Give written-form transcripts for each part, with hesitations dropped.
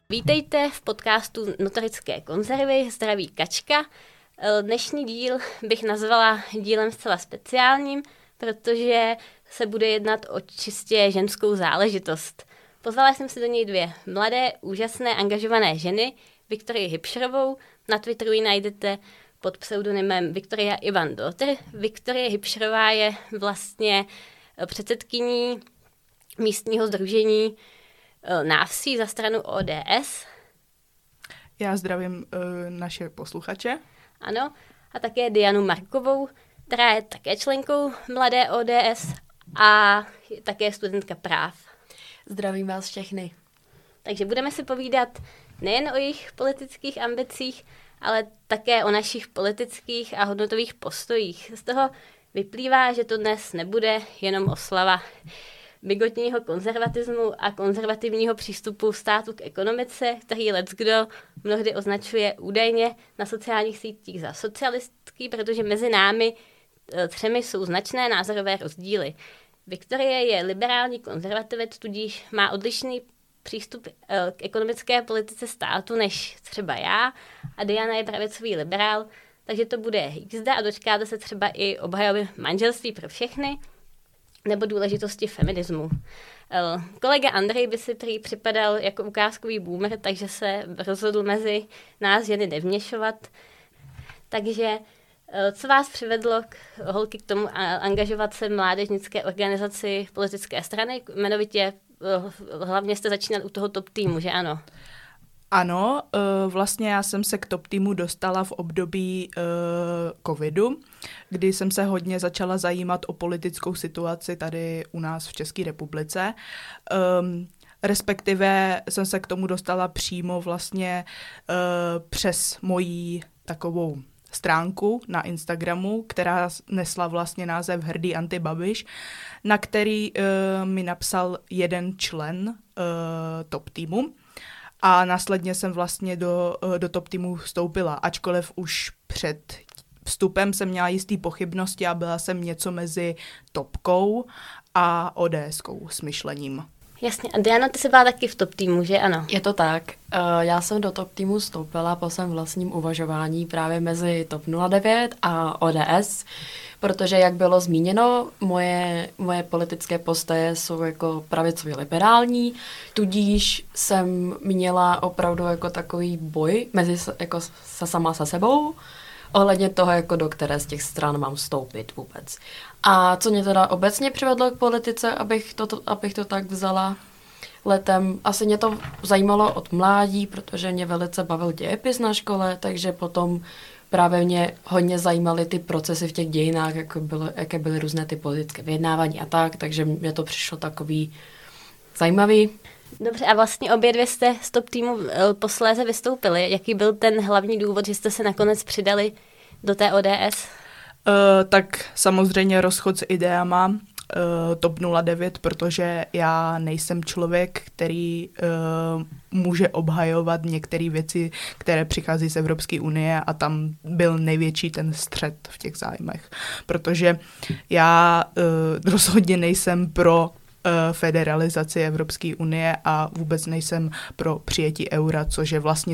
Vítejte v podcastu Notorické konzervy, zdraví Kačka. Dnešní díl bych nazvala dílem zcela speciálním, protože se bude jednat o čistě ženskou záležitost. Pozvala jsem si do něj dvě mladé, úžasné, angažované ženy, Viktorii Hybšrovou, na Twitteru ji najdete pod pseudonymem Viktoria Ivan Daughter. Viktorie Hybšrová je vlastně předsedkyní místního sdružení Návsí za stranu ODS. Já zdravím naše posluchače. Ano, a také Dianu Markovou, která je také členkou mladé ODS a je také studentka práv. Zdravím vás všechny. Takže budeme si povídat nejen o jejich politických ambicích, ale také o našich politických a hodnotových postojích. Z toho vyplývá, že to dnes nebude jenom oslava bigotního konzervatismu a konzervativního přístupu státu k ekonomice, který leckdo mnohdy označuje údajně na sociálních sítích za socialistský, protože mezi námi třemi jsou značné názorové rozdíly. Viktorie je liberální konzervativec, tudíž má odlišný přístup k ekonomické politice státu než třeba já, a Diana je pravicový liberál, takže to bude jízda a dočkáte se třeba i obhajoby manželství pro všechny nebo důležitosti feminismu. Kolega Andrej by si prý připadal jako ukázkový boomer, takže se rozhodl mezi nás ženy nevměšovat. Takže co vás přivedlo holky k tomu angažovat se v mládežnické organizaci politické strany? Jmenovitě hlavně jste začínali u toho top týmu, že ano? Ano, vlastně já jsem se k top týmu dostala v období covidu, kdy jsem se hodně začala zajímat o politickou situaci tady u nás v České republice. Respektive jsem se k tomu dostala přímo vlastně přes moji takovou stránku na Instagramu, která nesla vlastně název Hrdý antibabiš, na který mi napsal jeden člen top týmu. A následně jsem vlastně do top týmu vstoupila, ačkoliv už před vstupem jsem měla jistý pochybnosti a byla jsem něco mezi topkou a ODSkou s myšlením. Jasně, a Diana, ty jsi byla taky v top týmu, že ano? Je to tak. Já jsem do top týmu vstoupila po svém vlastním uvažování právě mezi TOP 09 a ODS, protože, jak bylo zmíněno, moje politické postoje jsou jako pravicově liberální, tudíž jsem měla opravdu jako takový boj jako sama se sebou, ohledně toho, jako do které z těch stran mám vstoupit vůbec. A co mě teda obecně přivedlo k politice, abych to tak vzala letem, asi mě to zajímalo od mládí, protože mě velice bavil dějepis na škole, takže potom právě mě hodně zajímaly ty procesy v těch dějinách, jaké byly různé ty politické vyjednávání a tak, takže mě to přišlo takový zajímavý. Dobře, a vlastně obě dvě jste z top týmu posléze vystoupili. Jaký byl ten hlavní důvod, že jste se nakonec přidali do té ODS? Tak samozřejmě rozchod s ideama TOP 09, protože já nejsem člověk, který může obhajovat některé věci, které přichází z Evropské unie, a tam byl největší ten střet v těch zájmech. Protože já rozhodně nejsem pro federalizaci Evropské unie a vůbec nejsem pro přijetí eura, což je vlastně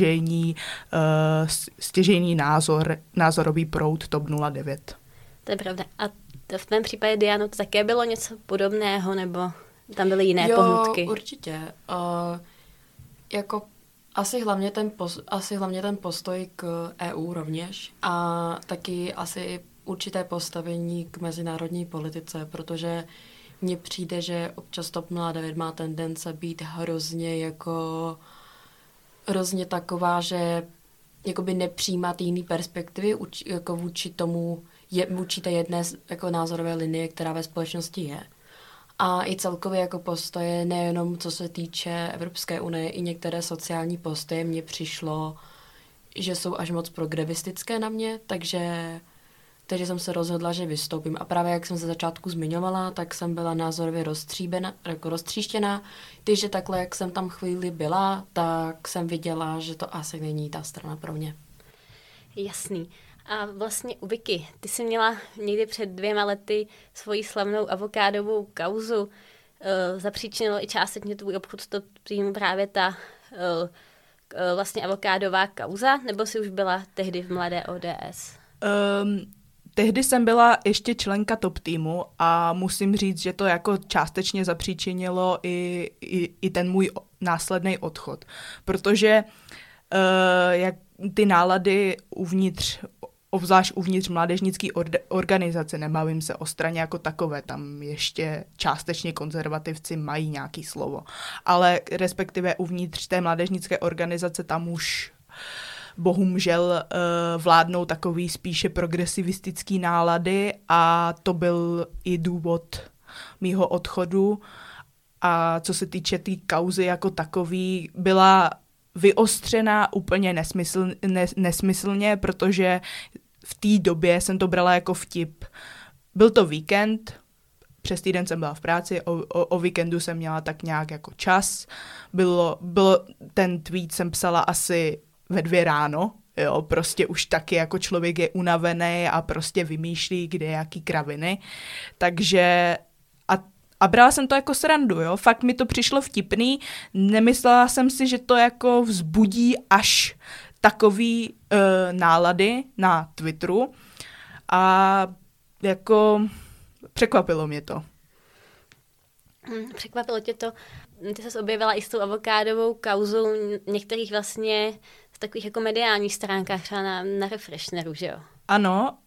stěžejní názorový proud TOP 09. To je pravda. A v tvém případě, Diano, to také bylo něco podobného, nebo tam byly jiné pohnutky? Jo, určitě. Jako asi hlavně ten postoj k EU rovněž a taky asi určité postavení k mezinárodní politice, protože mně přijde, že občas TOP 09 má tendence být hrozně taková, že jakoby nepřijímat jiný perspektivy jako vůči té jedné jako názorové linie, která ve společnosti je. A i celkově jako postoje, nejenom co se týče Evropské unie, i některé sociální postoje mně přišlo, že jsou až moc progresivistické na mě, takže jsem se rozhodla, že vystoupím. A právě jak jsem se začátku zmiňovala, tak jsem byla názorově roztříštěná. Takže takhle, jak jsem tam chvíli byla, tak jsem viděla, že to asi není ta strana pro mě. Jasný. A vlastně u Vicky, ty jsi měla někdy před 2 lety svoji slavnou avokádovou kauzu. Zapříčinilo i částečně tvůj obchod s tím právě ta vlastně avokádová kauza, nebo jsi už byla tehdy v mladé ODS? Tehdy jsem byla ještě členka top týmu a musím říct, že to jako částečně zapříčinilo i ten můj následný odchod. Protože jak ty nálady obzvlášť uvnitř mládežnické organizace, nebavím se o straně jako takové, tam ještě částečně konzervativci mají nějaký slovo. Ale respektive uvnitř té mládežnické organizace tam už bohužel vládnou takový spíše progresivistický nálady a to byl i důvod mýho odchodu. A co se týče té kauzy jako takový, byla vyostřená úplně nesmyslně, protože v té době jsem to brala jako vtip. Byl to víkend, přes týden jsem byla v práci, o víkendu jsem měla tak nějak jako čas. Ten tweet jsem psala asi ve 2 ráno, jo, prostě už taky jako člověk je unavený a prostě vymýšlí kde jaký kraviny. Takže a brala jsem to jako srandu, jo, fakt mi to přišlo vtipný, nemyslela jsem si, že to jako vzbudí až takový nálady na Twitteru a jako překvapilo mě to. Překvapilo tě to? Ty se objevila i s tou avokádovou kauzou některých vlastně v takových jako mediálních stránkách, třeba na Refreshneru, že jo? Ano,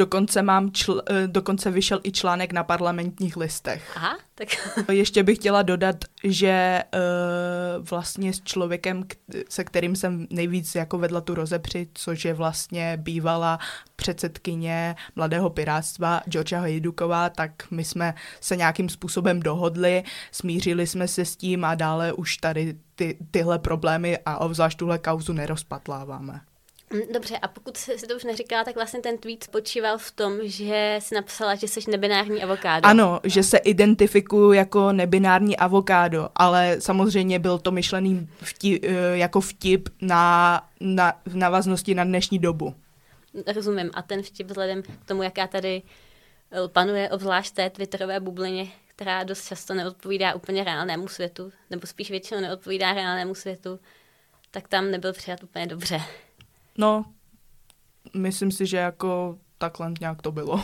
dokonce vyšel i článek na Parlamentních listech. Aha, tak... Ještě bych chtěla dodat, že vlastně s člověkem, se kterým jsem nejvíc jako vedla tu rozepři, což je vlastně bývalá předsedkyně Mladého pirátstva Georgia Hejduková, tak my jsme se nějakým způsobem dohodli, smířili jsme se s tím a dále už tady tyhle problémy a obzvlášť tuhle kauzu nerozpatláváme. Dobře, a pokud jsi to už neříkala, tak vlastně ten tweet spočíval v tom, že jsi napsala, že jsi nebinární avokádo. Ano, že se identifikuju jako nebinární avokádo, ale samozřejmě byl to myšlený jako vtip v návaznosti na dnešní dobu. Rozumím. A ten vtip vzhledem k tomu, jaká tady panuje obzvlášť té twitterové bublině, která dost často neodpovídá úplně reálnému světu, nebo spíš většinou neodpovídá reálnému světu, tak tam nebyl přijat úplně dobře. No, myslím si, že jako takhle nějak to bylo.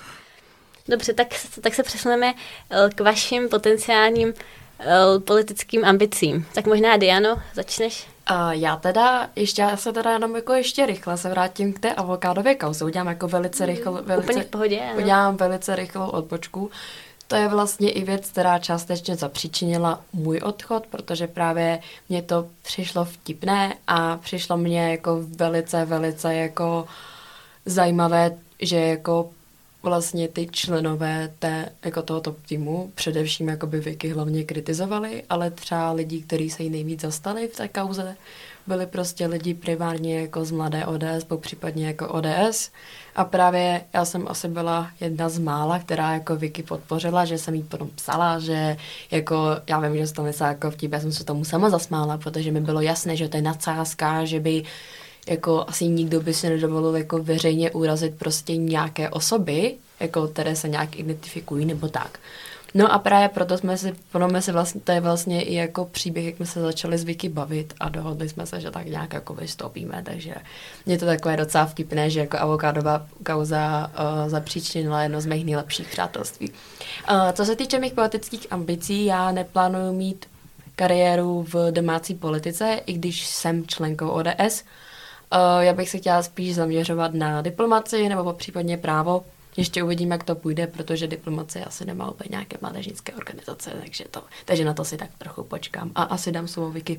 Dobře, tak se přesuneme k vašim potenciálním politickým ambicím. Tak možná, Diano, začneš? Já se teda jenom jako ještě rychle se vrátím k té avokádové kauze. Udělám jako velice úplně v pohodě, ano. Udělám velice rychlou odbočku. To je vlastně i věc, která částečně zapříčinila můj odchod, protože právě mě to přišlo vtipné a přišlo mě jako velice jako zajímavé, že jako vlastně ty členové jako tohoto týmu, především jakoby Vicky hlavně kritizovali, ale třeba lidi, kteří se jí nejvíc zastali v té kauze, byli prostě lidi primárně jako z mladé ODS, případně jako ODS. A právě já jsem asi byla jedna z mála, která jako Vicky podpořila, že jsem jí potom psala, že jako, já vím, že se to myslela jako vtip, já jsem se tomu sama zasmála, protože mi bylo jasné, že to je nadsázka, že by jako asi nikdo by si nedovolil jako veřejně urazit prostě nějaké osoby, jako které se nějak identifikují nebo tak. No a právě proto to je vlastně i jako příběh, jak jsme se začali s Vicky bavit a dohodli jsme se, že tak nějak jako vystoupíme, takže je to takové docela vtipné, že jako avokádová kauza zapříčinila jedno z mých nejlepších přátelství. Co se týče mých politických ambicí, já neplánuju mít kariéru v domácí politice, i když jsem členkou ODS. Já bych se chtěla spíš zaměřovat na diplomaci nebo případně právo. Ještě uvidím, jak to půjde, protože diplomacie asi nemá úplně nějaké mládežnické organizace, takže na to si tak trochu počkám. A asi dám slovo Vicky.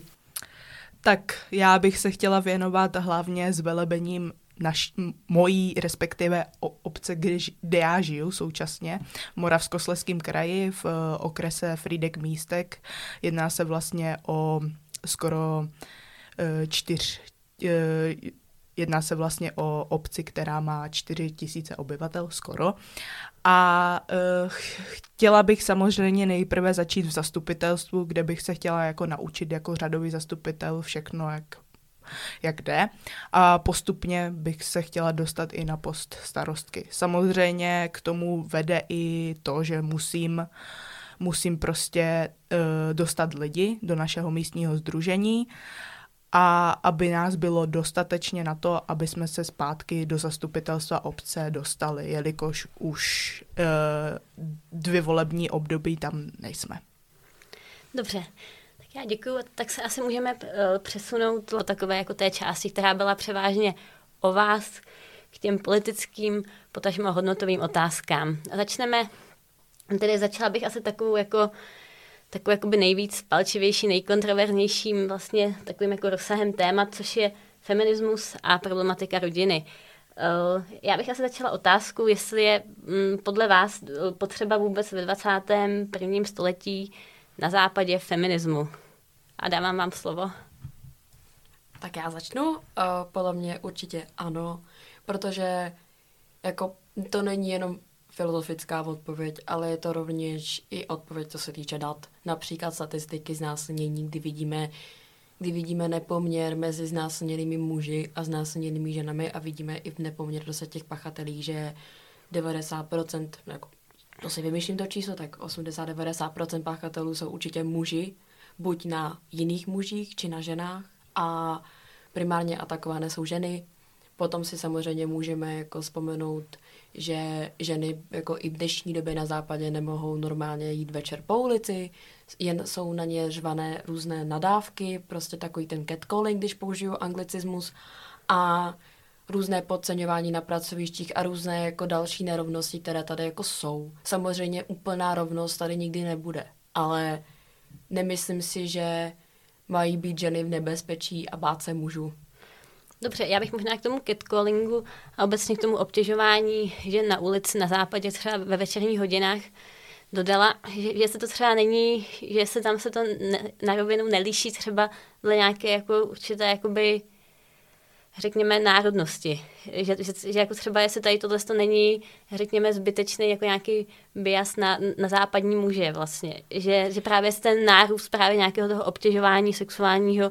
Tak já bych se chtěla věnovat hlavně zvelebením mojí, respektive obce, kde já žiju současně, v Moravskoslezském kraji v okrese Frýdek-Místek. Jedná se vlastně o skoro jedná se vlastně o obci, která má 4 000 obyvatel skoro. A chtěla bych samozřejmě nejprve začít v zastupitelstvu, kde bych se chtěla jako naučit jako řadový zastupitel všechno, jak jde. A postupně bych se chtěla dostat i na post starostky. Samozřejmě k tomu vede i to, že musím musím prostě dostat lidi do našeho místního sdružení a aby nás bylo dostatečně na to, aby jsme se zpátky do zastupitelstva obce dostali, jelikož už 2 volební období tam nejsme. Dobře, tak já děkuju. Tak se asi můžeme přesunout do takové jako té části, která byla převážně o vás, k těm politickým, potažmo hodnotovým otázkám. A začala bych asi takovou jakoby nejvíc palčivější, nejkontroverznějším vlastně takovým jako rozsahem témat, což je feminismus a problematika rodiny. Já bych asi začala otázkou, jestli je podle vás potřeba vůbec ve 21. století na západě feminismu. A dávám vám slovo. Tak já začnu. Podle mě určitě ano, protože jako to není jenom filozofická odpověď, ale je to rovněž i odpověď, co se týče dat. Například statistiky znásilnění, kdy vidíme nepoměr mezi znásilněnými muži a znásilněnými ženami a vidíme i v nepoměr prostě těch pachatelí, že 90%, jako, to si vymýšlím to číslo, tak 80-90% pachatelů jsou určitě muži, buď na jiných mužích, či na ženách a primárně atakované jsou ženy. Potom si samozřejmě můžeme jako vzpomenout, že ženy jako i v dnešní době na západě nemohou normálně jít večer po ulici, jen jsou na ně řvané různé nadávky, prostě takový ten catcalling, když použiju anglicismus, a různé podceňování na pracovištích a různé jako další nerovnosti, které tady jako jsou. Samozřejmě úplná rovnost tady nikdy nebude, ale nemyslím si, že mají být ženy v nebezpečí a bát se mužů. Dobře, já bych možná k tomu catcallingu a obecně k tomu obtěžování žen na ulici na západě třeba ve večerních hodinách dodala, že se to třeba není, že se tam se to na rovinu nelíší třeba dle nějaké jako určité jakoby řekněme národnosti. Že jako třeba jestli tady tohle to není, řekněme, zbytečný jako nějaký bias na západní muže vlastně. Že právě ten nárůst právě nějakého toho obtěžování sexuálního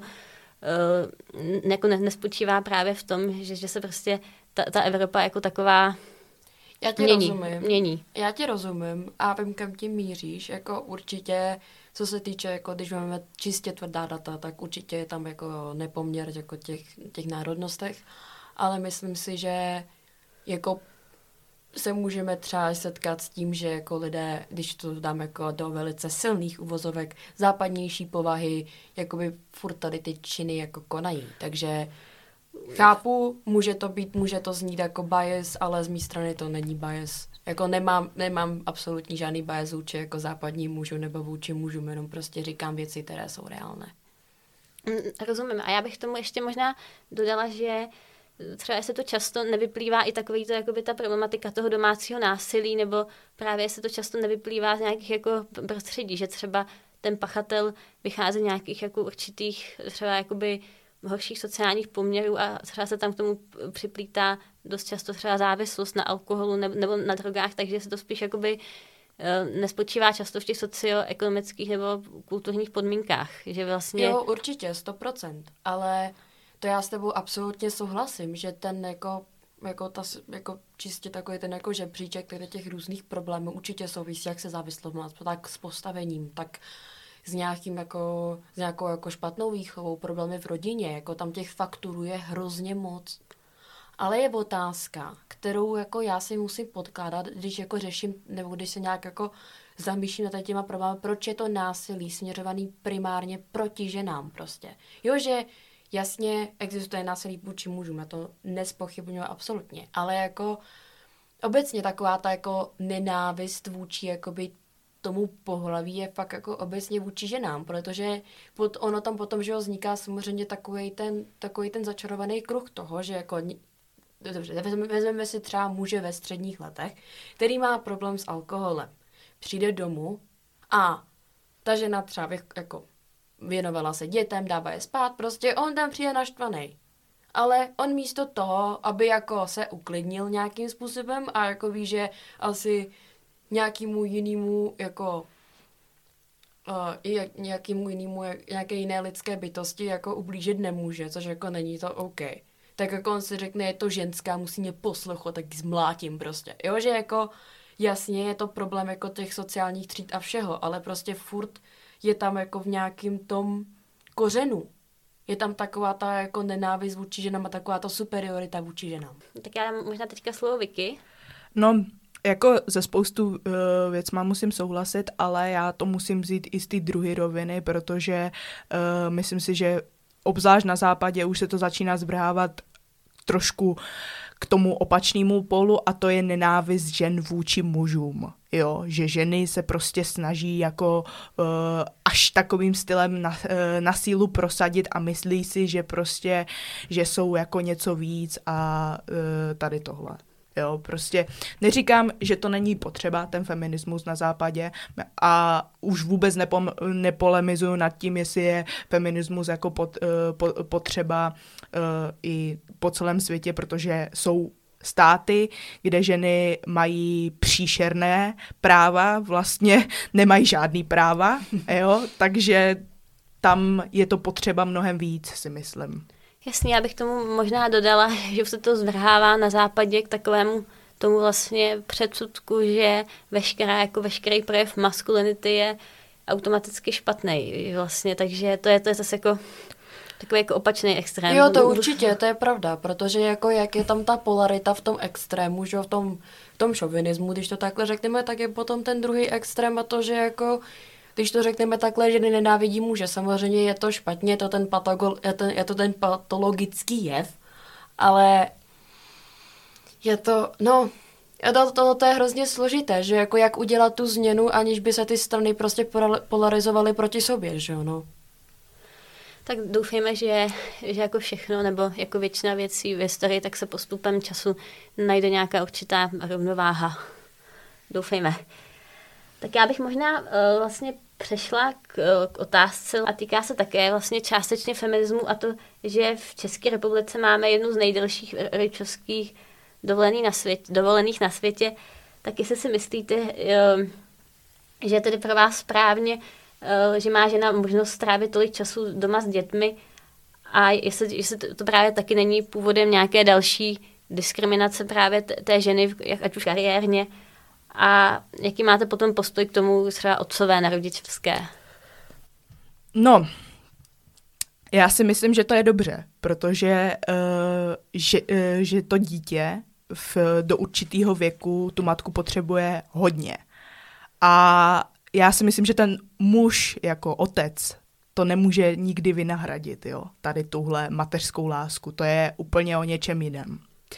jako nespočívá právě v tom, že se prostě ta Evropa jako taková mění. Já ti rozumím a vím, kam tím míříš. Jako určitě, co se týče, jako když máme čistě tvrdá data, tak určitě je tam jako nepoměr jako těch národnostech, ale myslím si, že jako se můžeme třeba setkat s tím, že jako lidé, když to dám jako do velice silných uvozovek, západnější povahy, jakoby furt tady ty činy jako konají. Takže chápu, může to znít jako bias, ale z mé strany to není bias. Jako nemám absolutně žádný bias vůči jako západním mužům nebo vůči mužům, jenom prostě říkám věci, které jsou reálné. Rozumím. A já bych tomu ještě možná dodala, že třeba se to často nevyplývá i takový to, jakoby ta problematika toho domácího násilí, nebo právě se to často nevyplývá z nějakých jako prostředí, že třeba ten pachatel vychází z nějakých jako určitých třeba jakoby horších sociálních poměrů a třeba se tam k tomu připlítá dost často třeba závislost na alkoholu nebo na drogách, takže se to spíš jakoby nespočívá často v těch socioekonomických nebo kulturních podmínkách, že vlastně... Jo, určitě, 100%, ale to já s tebou absolutně souhlasím, že ten jako čistě takový ten jako žebříček těch různých problémů určitě souvisí jak se závislostí, tak s postavením, tak s nějakou jako špatnou výchovou, problémy v rodině, jako tam těch faktorů je hrozně moc. Ale je otázka, kterou jako já si musím podkládat, když jako řeším, nebo když se nějak jako zamýšlím nad těma problémy, proč je to násilí směřovaný primárně proti ženám prostě. Jo, že jasně existuje násilí vůči mužům, já to nezpochybňuji absolutně, ale jako obecně taková ta jako nenávist vůči jakoby tomu pohlaví je fakt jako obecně vůči ženám, protože ono tam potom, že vzniká samozřejmě takový ten začarovaný kruh toho, že jako dobře, vezmeme si třeba muže ve středních letech, který má problém s alkoholem. Přijde domů a ta žena třeba jako věnovala se dětem, dává je spát, prostě on tam přijde naštvaný. Ale on místo toho, aby jako se uklidnil nějakým způsobem a jako ví, že asi nějakému jinému jako nějaké jiné lidské bytosti jako ublížit nemůže, což jako není to OK. Tak jako on si řekne, je to ženská, musí mě poslouchat, tak ji zmlátím prostě. Jo, že jako jasně je to problém jako těch sociálních tříd a všeho, ale prostě furt je tam jako v nějakým tom kořenu. Je tam taková ta jako nenávist vůči ženám a taková ta superiorita vůči ženám. Tak já dám možná teďka slovo Vicky. No, jako ze spoustu věcma musím souhlasit, ale já to musím vzít i z té druhé roviny, protože myslím si, že obzvlášť na západě už se to začíná zvrhávat trošku k tomu opačnému polu a to je nenávist žen vůči mužům. Jo, že ženy se prostě snaží jako až takovým stylem na sílu prosadit a myslí si, že prostě, že jsou jako něco víc a tady tohle. Jo, prostě neříkám, že to není potřeba, ten feminismus na západě a už vůbec nepolemizuju nad tím, jestli je feminismus jako potřeba i po celém světě, protože jsou státy, kde ženy mají příšerné práva, vlastně nemají žádný práva, jo, takže tam je to potřeba mnohem víc, si myslím. Jasně, já bych tomu možná dodala, že už se to zvrhává na západě k takovému tomu vlastně předsudku, že veškerý projev maskulinity je automaticky špatný vlastně, takže to je zase jako takový jako opačný extrém. Jo, to určitě, to je pravda, protože jako jak je tam ta polarita v tom extrému, že v tom šovinismu, když to takhle řekneme, tak je potom ten druhý extrém a to, že jako když to řekneme takhle, že nenávidí muže, samozřejmě je to špatně, je to ten patologický jev, ale je to, to je hrozně složité, že jako jak udělat tu změnu, aniž by se ty strany prostě polarizovaly proti sobě, že jo, no. Tak doufejme, že jako všechno, nebo jako většina věcí v historii, tak se postupem času najde nějaká určitá rovnováha. Doufejme. Tak já bych možná vlastně přešla k otázce a týká se také vlastně částečně feminismu a to, že v České republice máme jednu z nejdelších rodičovských dovolených na světě, tak jestli si myslíte, že je tedy pro vás správně, že má žena možnost strávit tolik času doma s dětmi a jestli to právě taky není původem nějaké další diskriminace právě té ženy, ať už kariérně, a jaký máte potom postoj k tomu třeba otcové na rodičovské? No, já si myslím, že to je dobře, protože že to dítě do určitého věku tu matku potřebuje hodně. A já si myslím, že ten muž jako otec to nemůže nikdy vynahradit, jo, tady tuhle mateřskou lásku. To je úplně o něčem jiném.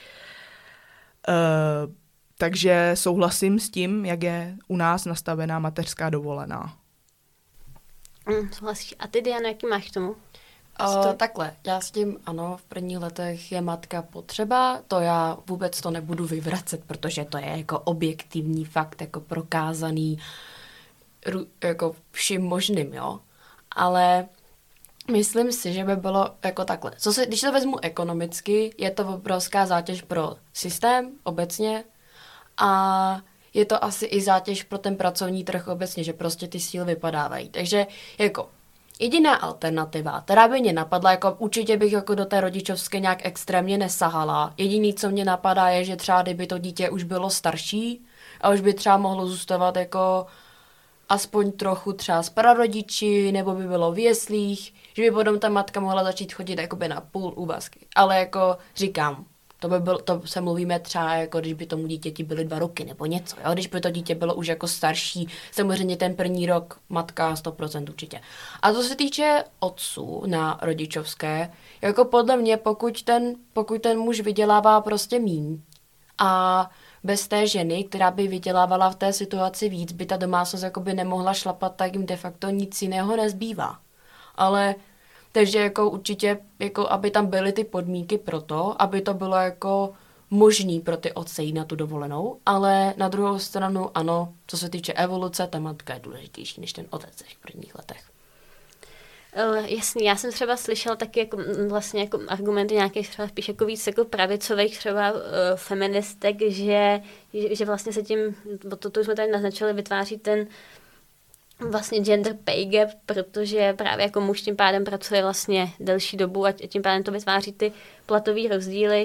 Takže souhlasím s tím, jak je u nás nastavená mateřská dovolená. Souhlasíš. A ty, Diano, jaký máš k tomu? Takhle, já s tím, ano, v prvních letech je matka potřeba, to já vůbec to nebudu vyvracet, protože to je jako objektivní fakt, jako prokázaný jako vším možným, jo. Ale myslím si, že by bylo jako takhle. Když to vezmu ekonomicky, je to obrovská zátěž pro systém obecně a je to asi i zátěž pro ten pracovní trh obecně, že prostě ty síly vypadávají. Takže jako jediná alternativa, která by mě napadla, jako určitě bych jako do té rodičovské nějak extrémně nesahala. Jediný, co mě napadá, je, že třeba kdyby to dítě už bylo starší a už by třeba mohlo zůstávat jako aspoň trochu třeba s prarodiči, nebo by bylo v jeslích, že by potom ta matka mohla začít chodit jakoby na půl úvazky. Ale jako říkám, to se mluvíme třeba jako když by tomu dítěti byly 2 roky nebo něco, jo? Když by to dítě bylo už jako starší, samozřejmě ten první rok matka 100% určitě. A co se týče otců na rodičovské, jako podle mě, pokud ten muž vydělává prostě míň a bez té ženy, která by vydělávala v té situaci víc, by ta domácnost jakoby nemohla šlapat, tak jim de facto nic jiného nezbývá. Ale takže jako určitě, jako aby tam byly ty podmínky pro to, aby to bylo jako možný pro ty otce jít na tu dovolenou, ale na druhou stranu ano, co se týče evoluce, ta matka je důležitější než ten otec v těch prvních letech. Jasný, já jsem třeba slyšela taky jako, vlastně jako argumenty nějakých třeba spíš jako víc jako pravicových třeba feministek, že vlastně se tím, to jsme tady naznačili, vytváří ten vlastně gender pay gap, protože právě jako muž tím pádem pracuje vlastně delší dobu a tím pádem to vytváří ty platové rozdíly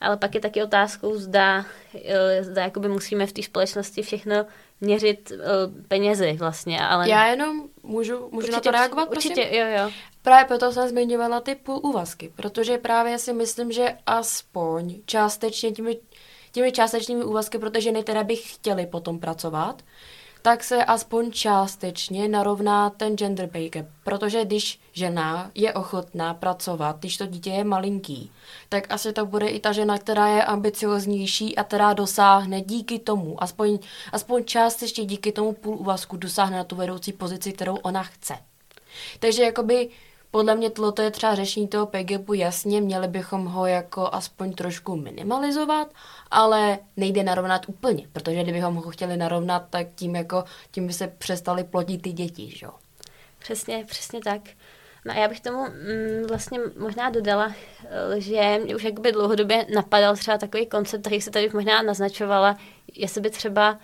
ale pak je taky otázkou, zda jakoby musíme v té společnosti všechno měřit penězi vlastně. Ale... Já jenom můžu na to reagovat, určitě, prosím? Jo. Právě proto jsem zmiňovala ty půlúvazky, protože právě si myslím, že aspoň částečně těmi částečnými úvazky, protože ženy, které by chtěly potom pracovat, tak se aspoň částečně narovná ten gender pay gap. Protože když žena je ochotná pracovat, když to dítě je malinký, tak asi to bude i ta žena, která je ambicioznější a která dosáhne díky tomu, aspoň částečně díky tomu půlúvazku dosáhne na tu vedoucí pozici, kterou ona chce. Takže jakoby podle mě to je třeba řešení toho pay gapu, jasně, měli bychom ho jako aspoň trošku minimalizovat, ale nejde narovnat úplně, protože kdybychom ho chtěli narovnat, tak tím by se přestali plodit ty děti, že jo? Přesně tak. No a já bych tomu vlastně možná dodala, že mě už jakoby dlouhodobě napadal třeba takový koncept, který se tady možná naznačovala, jestli by třeba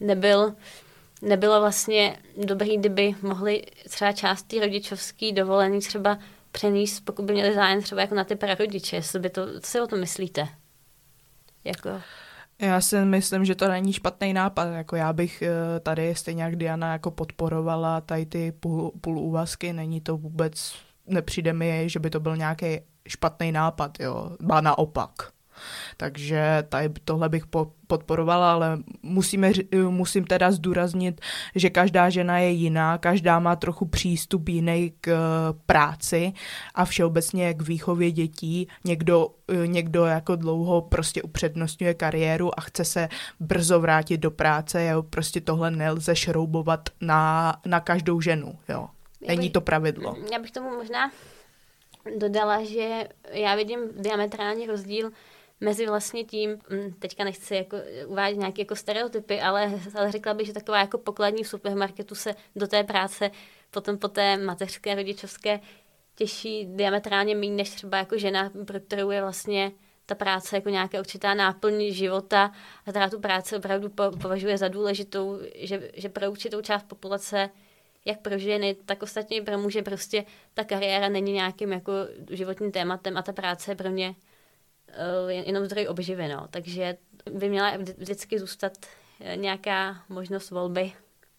nebylo vlastně dobrý, kdyby mohli třeba část té rodičovský dovolený třeba přenést, pokud by měli zájem třeba jako na ty prarodiče, jestli by to, co si o tom myslíte? Jako... Já si myslím, že to není špatný nápad. Jako já bych tady stejně jak Diana jako podporovala tady ty půlúvazky. Není to vůbec, nepřijde mi, že by to byl nějaký špatný nápad, jo. Ba naopak. Takže tady tohle bych podporovala, ale musím teda zdůraznit, že každá žena je jiná, každá má trochu přístup jiný k práci a všeobecně k výchově dětí. Někdo jako dlouho prostě upřednostňuje kariéru a chce se brzo vrátit do práce. Jo. Prostě tohle nelze šroubovat na každou ženu. Jo. Není to pravidlo. Já bych tomu možná dodala, že já vidím diametrální rozdíl mezi vlastně tím, teďka nechci jako uvádět nějaké jako stereotypy, ale řekla bych, že taková jako pokladní v supermarketu se do té práce potom po té mateřské, rodičovské těší diametrálně méně než třeba jako žena, pro kterou je vlastně ta práce jako nějaká určitá náplň života a která tu práci opravdu považuje za důležitou, že pro určitou část populace, jak pro ženy, tak ostatně pro muže prostě ta kariéra není nějakým jako životním tématem a ta práce je pro ně jenom zdroj obživy, no. Takže by měla vždycky zůstat nějaká možnost volby.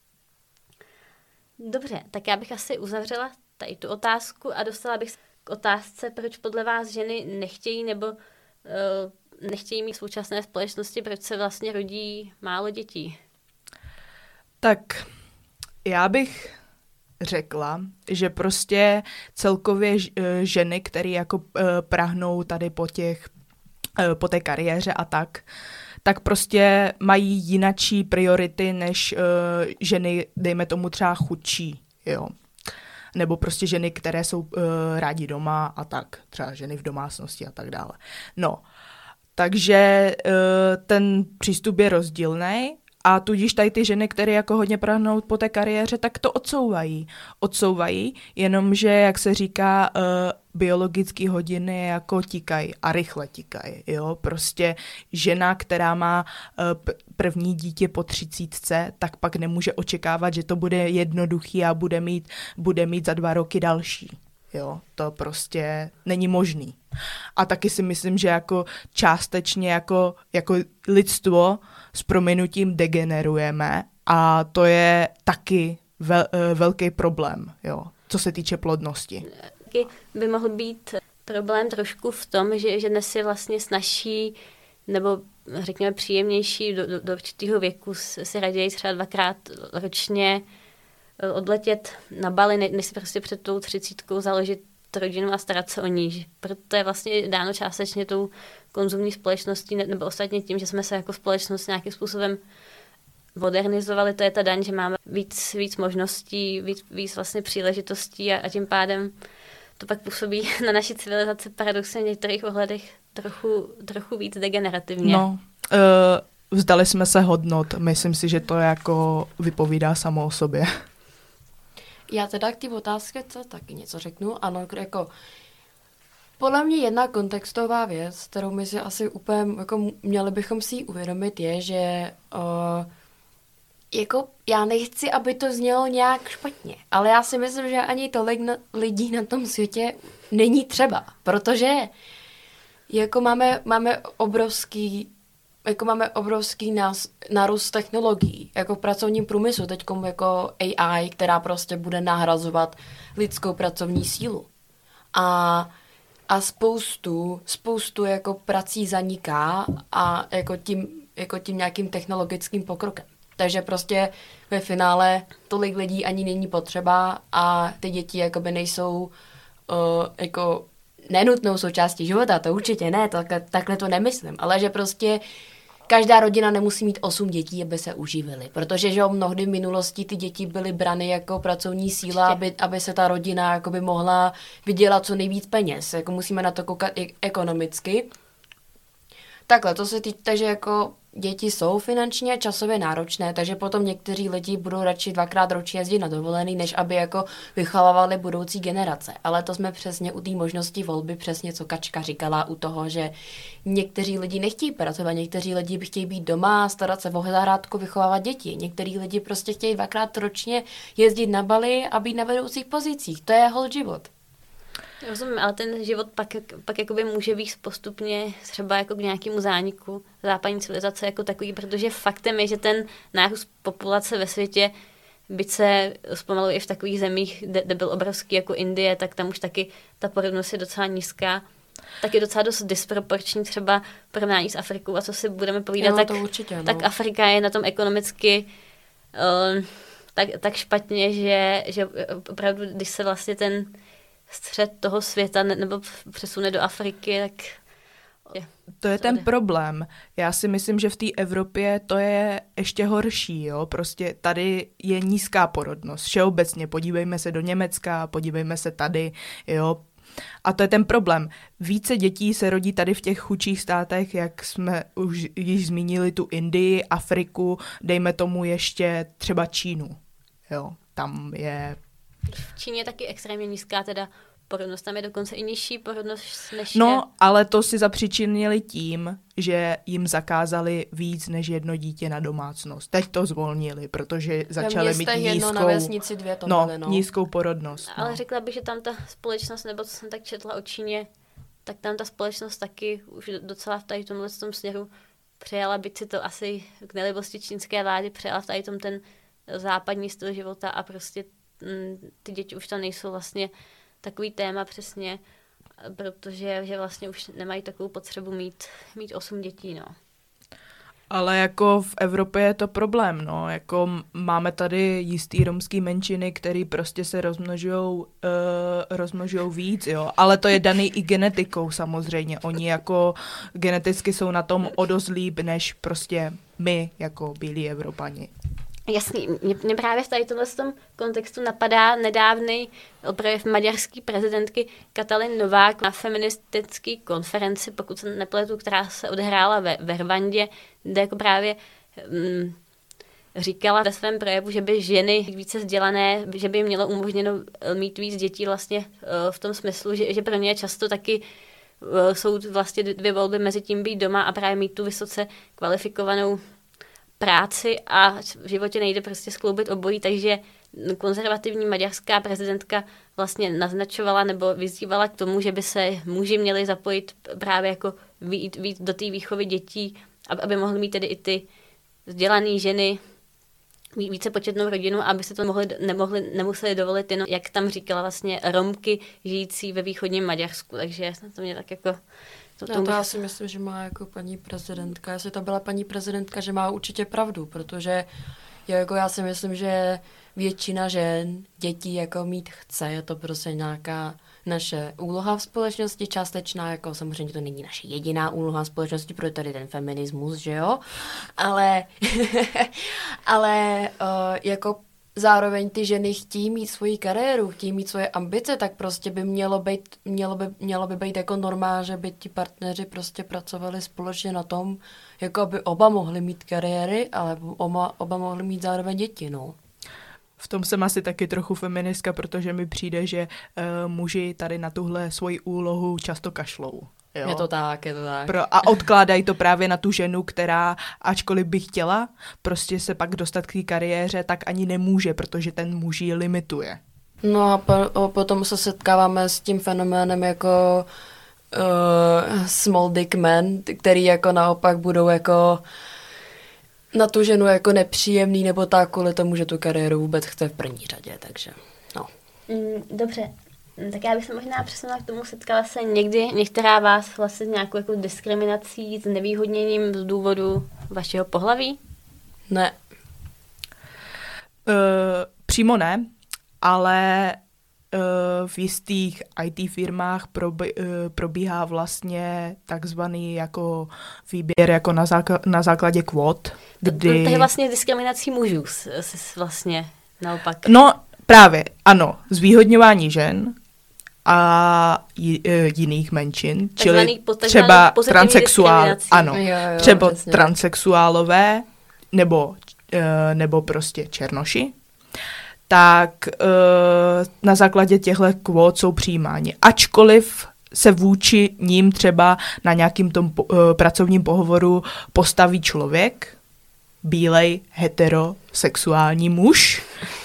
Dobře, tak já bych asi uzavřela tady tu otázku a dostala bych k otázce, proč podle vás ženy nechtějí nebo nechtějí mít v současné společnosti, proč se vlastně rodí málo dětí. Tak já bych řekla, že prostě celkově ženy, které jako prahnou tady po té kariéře a tak prostě mají jinačí priority než ženy, dejme tomu třeba chudší, jo. Nebo prostě ženy, které jsou rádi doma a tak, třeba ženy v domácnosti a tak dále. No, takže ten přístup je rozdílný. A tudíž tady ty ženy, které jako hodně prahnou po té kariéře, tak to odsouvají, jenomže, jak se říká, biologické hodiny jako tikají a rychle tikají, jo, prostě žena, která má první dítě po 30, tak pak nemůže očekávat, že to bude jednoduchý a bude mít za 2 roky další. Jo, to prostě není možný. A taky si myslím, že jako částečně jako lidstvo s prominutím degenerujeme a to je taky velký problém, jo, co se týče plodnosti. Taky by mohl být problém trošku v tom, že dnes je vlastně snazší nebo řekněme příjemnější do určitého věku si raději třeba 2krát ročně odletět na Bali, než si prostě před tou 30 založit rodinu a starat se o ní. Proto je vlastně dáno částečně tou konzumní společností nebo ostatně tím, že jsme se jako společnost nějakým způsobem modernizovali. To je ta daň, že máme víc možností, víc vlastně příležitostí a tím pádem to pak působí na naši civilizaci paradoxně v některých ohledech trochu víc degenerativně. No, vzdali jsme se hodnot. Myslím si, že to jako vypovídá samo o sobě. Já teda k té otázce taky něco řeknu. Ano, jako podle mě jedna kontextová věc, kterou my si asi úplně, jako měli bychom si ji uvědomit, je, že jako já nechci, aby to znělo nějak špatně, ale já si myslím, že ani tolik lidí na tom světě není třeba, protože Jako máme obrovský nárůst technologií, jako v pracovním průmyslu, teďkom jako AI, která prostě bude nahrazovat lidskou pracovní sílu. A spoustu jako prací zaniká a jako tím nějakým technologickým pokrokem. Takže prostě ve finále tolik lidí ani není potřeba a ty děti jakoby nejsou jako nenutnou součástí života, to určitě ne, takhle to nemyslím, ale že prostě každá rodina nemusí mít 8 dětí, aby se uživily, protože že mnohdy v minulosti ty děti byly brany jako pracovní síla, aby se ta rodina jakoby mohla vydělat co nejvíc peněz, jako musíme na to koukat ekonomicky. Takhle, to se týká, takže jako děti jsou finančně a časově náročné, takže potom někteří lidi budou radši 2krát ročně jezdit na dovolený, než aby jako vychovávali budoucí generace. Ale to jsme přesně u té možnosti volby, přesně co Kačka říkala u toho, že někteří lidi nechtějí pracovat, někteří lidi by chtějí být doma, starat se o zahrádku, vychovávat děti. Někteří lidi prostě chtějí 2krát ročně jezdit na Bali a být na vedoucích pozicích. To je hold život. Rozumím, ale ten život pak jakoby může být postupně třeba jako k nějakému zániku západní civilizace jako takový, protože faktem je, že ten nárůst populace ve světě, byť se zpomaluje i v takových zemích, kde byl obrovský jako Indie, tak tam už taky ta porodnost je docela nízká. Tak je docela dost disproporční třeba porovnání s Afrikou a co si budeme povídat, no, tak Afrika je na tom ekonomicky tak špatně, že opravdu, když se vlastně ten střed toho světa nebo přesune do Afriky, tak... To je ten problém. Já si myslím, že v té Evropě to je ještě horší, jo. Prostě tady je nízká porodnost. Všeobecně, podívejme se do Německa, podívejme se tady, jo. A to je ten problém. Více dětí se rodí tady v těch chudších státech, jak jsme už již zmínili, tu Indii, Afriku, dejme tomu ještě třeba Čínu, jo. Tam je... V Číně je taky extrémně nízká teda porodnost, tam je dokonce i nižší porodnost než No, ale to si zapříčinili tím, že jim zakázali víc než 1 dítě na domácnost. Teď to zvolnili, protože začali mít nízkou porodnost. Ale řekla bych, že tam ta společnost, nebo co jsem tak četla o Číně, tak tam ta společnost taky už docela v tady tomhle směru přejala, byť si to asi k nelibosti čínské vlády přejala v tady tom ten západní styl života a prostě ty děti už tam nejsou vlastně takový téma přesně, protože že vlastně už nemají takovou potřebu mít 8 dětí, no. Ale jako v Evropě je to problém, no, jako máme tady jistý romský menšiny, který prostě se rozmnožujou víc, jo, ale to je daný i genetikou samozřejmě, oni jako geneticky jsou na tom o dost líp, než prostě my, jako bílí Evropani. Jasný, mě právě v tady tomhle kontextu napadá nedávný projev maďarské prezidentky Katalin Novák na feministické konferenci, pokud se nepletu, která se odehrála ve Rwandě, kde jako právě říkala ve svém projevu, že by ženy více vzdělané, že by jim mělo umožněno mít víc dětí vlastně v tom smyslu, že pro ně často taky jsou vlastně 2 volby mezi tím být doma a právě mít tu vysoce kvalifikovanou práci a v životě nejde prostě skloubit obojí, takže konzervativní maďarská prezidentka vlastně naznačovala nebo vyzývala k tomu, že by se muži měli zapojit právě jako víc do té výchovy dětí, aby mohly mít tedy i ty vzdělané ženy více početnou rodinu, aby se to nemuseli dovolit jenom, jak tam říkala vlastně Romky žijící ve východním Maďarsku, takže to mě tak jako... To já si myslím, že má jako paní prezidentka, jestli to byla paní prezidentka, že má určitě pravdu, protože já si myslím, že většina žen dětí jako mít chce, je to prostě nějaká naše úloha v společnosti, částečná, jako samozřejmě to není naše jediná úloha v společnosti, protože tady ten feminismus, že jo, ale jako zároveň ty ženy chtějí mít svoji kariéru, chtějí mít svoje ambice, tak prostě by mělo by být jako normál, že by ti partneři prostě pracovali společně na tom, jako aby oba mohli mít kariéry, ale oba mohli mít zároveň děti, no. V tom jsem asi taky trochu feministka, protože mi přijde, že muži tady na tuhle svoji úlohu často kašlou. Jo? Je to tak. A odkládají to právě na tu ženu, která, ačkoliv by chtěla prostě se pak dostat k té kariéře, tak ani nemůže, protože ten muž ji limituje. No a potom se setkáváme s tím fenoménem jako small dick men, který jako naopak budou jako na tu ženu jako nepříjemný nebo tak kvůli tomu, že tu kariéru vůbec chce v první řadě, takže no. Dobře, tak já bych se možná přesunula k tomu, setkala se někdy některá vás vlastně s nějakou jako diskriminací, s nevýhodněním z důvodu vašeho pohlaví? Ne. Přímo ne, ale v jistých IT firmách probíhá vlastně takzvaný jako výběr jako na základě kvót, kdy... To je vlastně diskriminací mužů vlastně naopak. No právě, ano, zvýhodňování žen a jiných menšin, čili třeba transsexuálové nebo prostě černoši, tak na základě těchto kvót jsou přijímáni. Ačkoliv se vůči ním třeba na nějakým tom pracovním pohovoru postaví člověk, bílej, heterosexuální muž,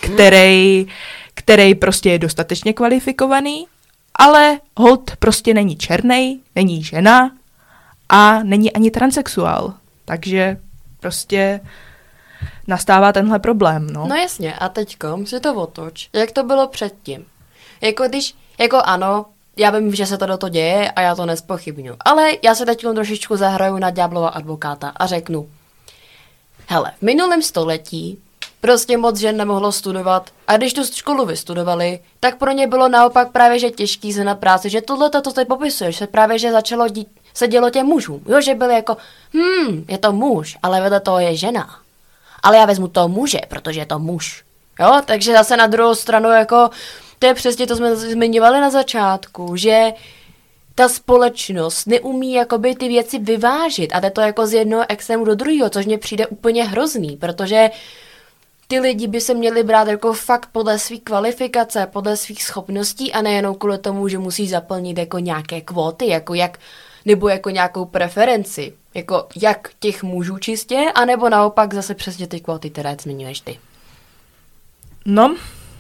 který prostě je dostatečně kvalifikovaný, ale holt prostě není černej, není žena a není ani transsexuál. Takže prostě nastává tenhle problém, no. No jasně, a teďko si to otoč. Jak to bylo předtím? Jako ano, já vím, že se to do toho děje a já to nespochybňu, ale já se teď trošičku zahraju na ďáblova advokáta a řeknu, hele, v minulém století prostě moc žen nemohlo studovat a když tu školu vystudovali, tak pro ně bylo naopak právě, že těžký se na práci, že tohleto, to teď popisuješ, se právě, že se dělo těm mužům, jo, že byli jako, je to muž, ale vedle toho je žena. Ale já vezmu toho muže, protože je to muž. Jo, takže zase na druhou stranu, jako, to je přesně to, jsme zmiňovali na začátku, že ta společnost neumí jakoby ty věci vyvážit a jde to jako z jednoho extrému do druhého, což mně přijde úplně hrozný, protože ty lidi by se měli brát jako fakt podle svých kvalifikace, podle svých schopností a nejenom kvůli tomu, že musí zaplnit jako nějaké kvóty, nebo jako nějakou preferenci, jako jak těch mužů čistě, anebo naopak zase přesně ty kvóty, které zmiňuješ ty. No,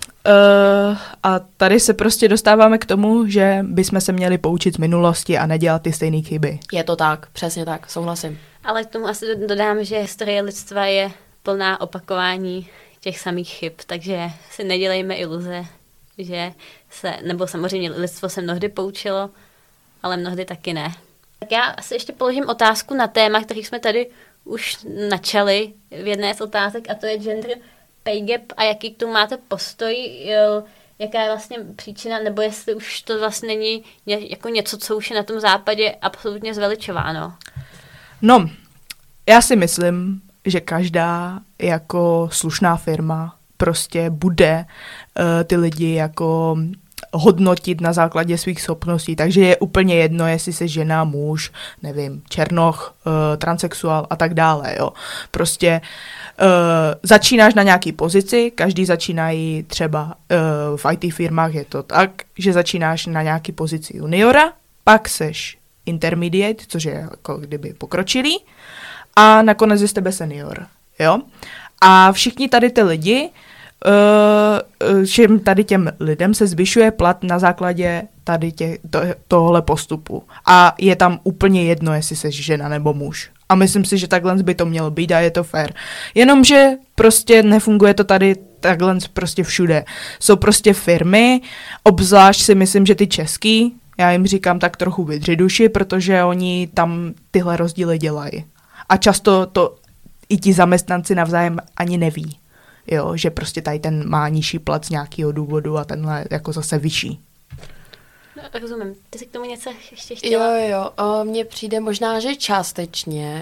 a tady se prostě dostáváme k tomu, že bychom se měli poučit z minulosti a nedělat ty stejné chyby. Je to tak, přesně tak, souhlasím. Ale k tomu asi dodám, že historie lidstva je plná opakování těch samých chyb, takže si nedělejme iluze, že nebo samozřejmě lidstvo se mnohdy poučilo, ale mnohdy taky ne. Tak já asi ještě položím otázku na téma, který jsme tady už načali v jedné z otázek, a to je gender pay gap a jaký k tomu máte postoj, jaká je vlastně příčina, nebo jestli už to vlastně není jako něco, co už je na tom západě absolutně zveličováno. No, já si myslím, že každá jako slušná firma prostě bude ty lidi jako hodnotit na základě svých schopností, takže je úplně jedno, jestli jsi žena, muž, nevím, černoch, transsexuál a tak dále, jo. Prostě začínáš na nějaký pozici, každý začínají třeba v IT firmách je to tak, že začínáš na nějaký pozici juniora, pak seš intermediate, což je jako kdyby pokročilý, a nakonec je z tebe senior, jo. A všichni tady ty lidi, všem tady těm lidem se zvyšuje plat na základě tady tohle postupu. A je tam úplně jedno, jestli jsi žena nebo muž. A myslím si, že takhle by to mělo být a je to fair. Jenomže prostě nefunguje to tady takhle prostě všude. Jsou prostě firmy, obzvlášť si myslím, že ty český, já jim říkám tak trochu vydři duši, protože oni tam tyhle rozdíly dělají. A často to i ti zaměstnanci navzájem ani neví. Jo, že prostě tady ten má nižší plat z nějakého důvodu a tenhle jako zase vyšší. No, rozumím. Ty jsi k tomu něco ještě chtěla? Jo, mně přijde možná, že částečně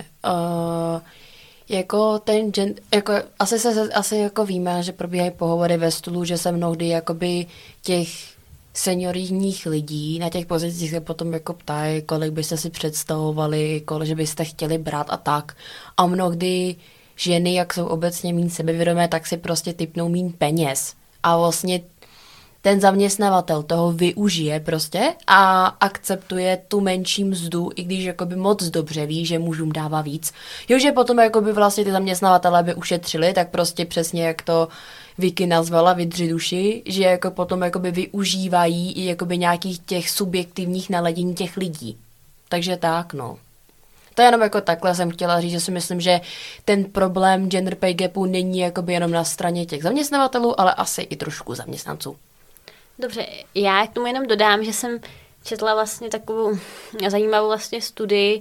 jako ten jako asi jako víme, že probíhají pohovory ve stolu, že se mnohdy jakoby těch seniorních lidí na těch pozicích se potom jako ptají, kolik byste si představovali, kolik byste chtěli brát a tak. A mnohdy ženy, jak jsou obecně míň sebevědomé, tak si prostě typnou míň peněz. A vlastně ten zaměstnavatel toho využije prostě a akceptuje tu menší mzdu, i když jakoby moc dobře ví, že mužům dává víc. Jo, že potom jakoby vlastně ty zaměstnavatelé by ušetřili, tak prostě přesně jak to Vicky nazvala vydřiduši, že jako potom jakoby využívají i jakoby nějakých těch subjektivních naladění těch lidí. Takže tak, no. To jenom jako takhle jsem chtěla říct, že si myslím, že ten problém gender pay gapu není jakoby jenom na straně těch zaměstnavatelů, ale asi i trošku zaměstnanců. Dobře, já k tomu jenom dodám, že jsem četla vlastně takovou zajímavou vlastně studii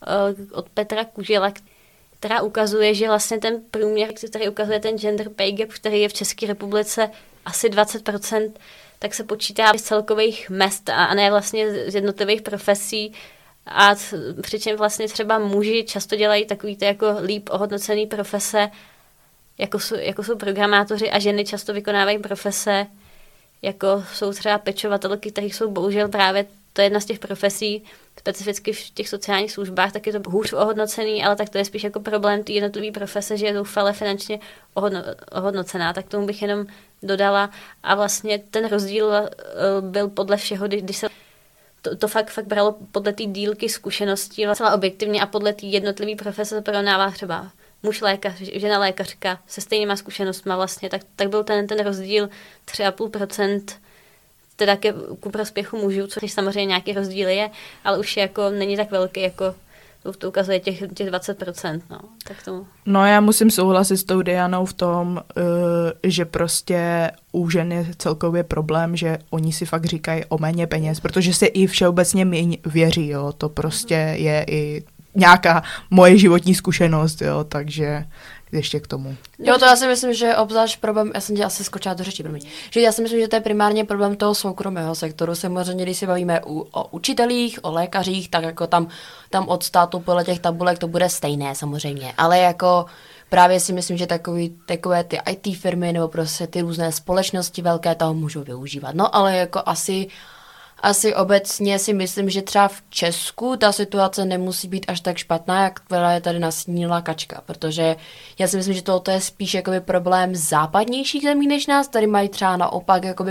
od Petra Kužela, která ukazuje, že vlastně ten průměr, který ukazuje ten gender pay gap, který je v České republice asi 20%, tak se počítá z celkových mezd a ne vlastně z jednotlivých profesí. A přičem vlastně třeba muži často dělají takový ty jako líp ohodnocený profese, jako jsou programátoři, a ženy často vykonávají profese, jako jsou třeba pečovatelky, které jsou bohužel právě, to je jedna z těch profesí, specificky v těch sociálních službách, tak je to hůř ohodnocený, ale tak to je spíš jako problém té jednotlivé profese, že je zoufale finančně ohodnocená. Tak tomu bych jenom dodala. A vlastně ten rozdíl byl podle všeho, když se to fakt bralo podle té dílky zkušeností, vlastně objektivně, a podle té jednotlivé profese porovnává třeba muž lékař, žena lékařka se stejnýma zkušenostmi vlastně, tak byl ten rozdíl 3,5%, teda ku prospěchu mužů, což samozřejmě nějaký rozdíl je, ale už jako není tak velký, jako to ukazuje těch 20%. No. Tak tomu. No, já musím souhlasit s tou Dianou v tom, že prostě u žen je celkově problém, že oni si fakt říkají o méně peněz, protože se i všeobecně méně věří, jo, to prostě je i nějaká moje životní zkušenost, jo, takže ještě k tomu. Jo, to já si myslím, že je obzvlášť problém, já jsem tě asi skočila do řeči, že já si myslím, že to je primárně problém toho soukromého sektoru. Samozřejmě, když si bavíme o učitelích, o lékařích, tak jako tam od státu podle těch tabulek to bude stejné samozřejmě, ale jako právě si myslím, že takové ty IT firmy nebo prostě ty různé společnosti velké toho můžou využívat. No, ale jako asi obecně si myslím, že třeba v Česku ta situace nemusí být až tak špatná, jak je tady nastínila Kačka, protože já si myslím, že tohle je spíš jakoby problém západnějších zemí než nás, tady mají třeba naopak, jakoby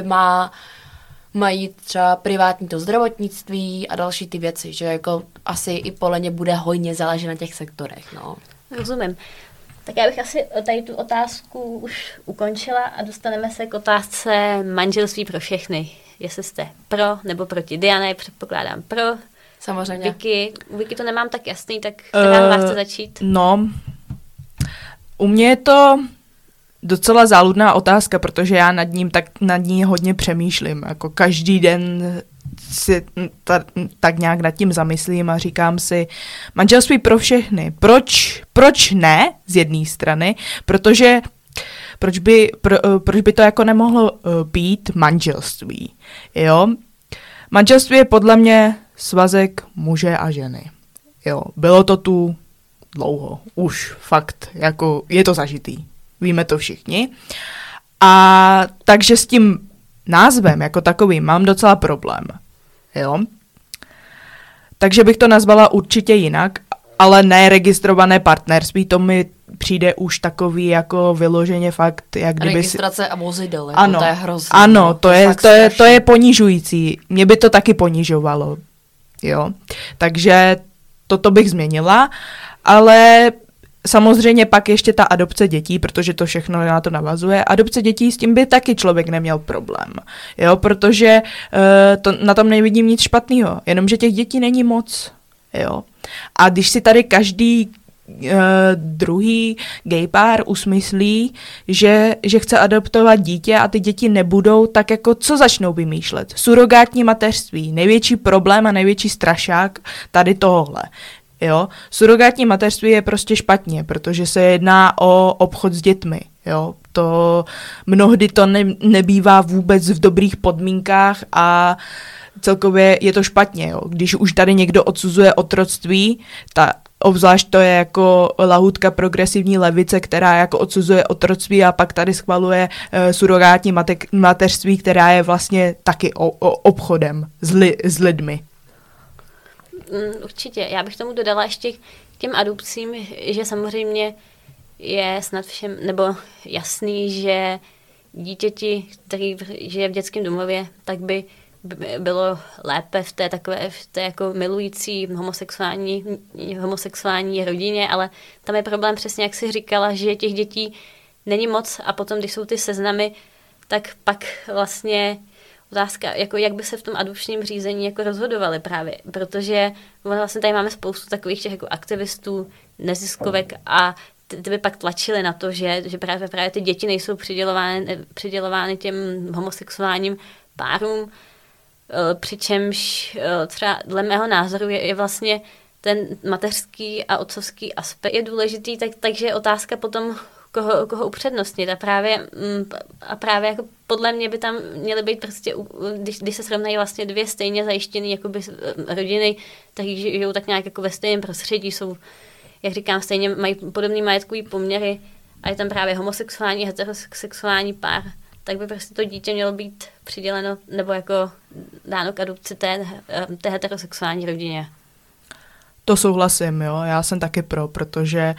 mají třeba privátní to zdravotnictví a další ty věci, že jako asi i podle ně bude hojně záležet na těch sektorech, no. Rozumím. Tak já bych asi tady tu otázku už ukončila a dostaneme se k otázce manželství pro všechny. Jestli jste pro nebo proti. Diana, předpokládám pro. Samozřejmě. Vicky to nemám tak jasný, tak která vás chce začít? No, u mě je to docela záludná otázka, protože já nad ní hodně přemýšlím. Jako každý den si tak nějak nad tím zamyslím a říkám si, manželství pro všechny. Proč ne z jedné strany? Protože proč by to jako nemohlo být manželství? Jo? Manželství je podle mě svazek muže a ženy. Jo, bylo to tu dlouho. Už fakt, jako je to zažitý. Víme to všichni. A takže s tím názvem jako takovým mám docela problém. Jo? Takže bych to nazvala určitě jinak, ale ne registrované partnerství, to mi přijde už takový jako vyloženě fakt, jak kdyby registrace a vozidel, jako ano, to je hrozný. Ano, to je ponižující. Mě by to taky ponižovalo. Jo. Takže toto bych změnila, ale samozřejmě pak ještě ta adopce dětí, protože to všechno na to navazuje. Adopce dětí, s tím by taky člověk neměl problém. Jo, protože na tom nevidím nic špatného, jenomže těch dětí není moc. Jo. A když si tady každý druhý gay pár usmyslí, že chce adoptovat dítě a ty děti nebudou, tak jako co začnou vymýšlet? Surogátní mateřství, největší problém a největší strašák tady tohle. Jo? Surogátní mateřství je prostě špatně, protože se jedná o obchod s dětmi. Jo? Mnohdy to nebývá vůbec v dobrých podmínkách a celkově je to špatně. Jo? Když už tady někdo odsuzuje otroctví, obzvlášť to je jako lahůdka progresivní levice, která jako odsuzuje otroctví a pak tady schvaluje surogátní mateřství, která je vlastně taky obchodem s lidmi. Určitě. Já bych tomu dodala ještě k těm adopcím, že samozřejmě je snad všem, nebo jasný, že dítěti, který žije v dětském domově, tak by bylo lépe v té jako milující homosexuální rodině, ale tam je problém přesně, jak jsi říkala, že těch dětí není moc a potom, když jsou ty seznamy, tak pak vlastně otázka, jako jak by se v tom adopčním řízení jako rozhodovali právě, protože vlastně tady máme spoustu takových těch jako aktivistů, neziskovek a ty by pak tlačili na to, že právě ty děti nejsou přidělovány těm homosexuálním párům, přičemž třeba dle mého názoru je vlastně ten mateřský a otcovský aspekt je důležitý, takže je otázka potom, koho upřednostnit. A právě jako podle mě by tam měly být prostě, když se srovnají vlastně dvě stejně zajištěné jakoby rodiny, tak žijou tak nějak jako ve stejném prostředí, jsou, jak říkám, stejně mají podobný majetkový poměry a je tam právě homosexuální, heterosexuální pár, tak by prostě to dítě mělo být přiděleno nebo jako dáno k adopci té heterosexuální rodině. To souhlasím, jo. Já jsem taky pro, protože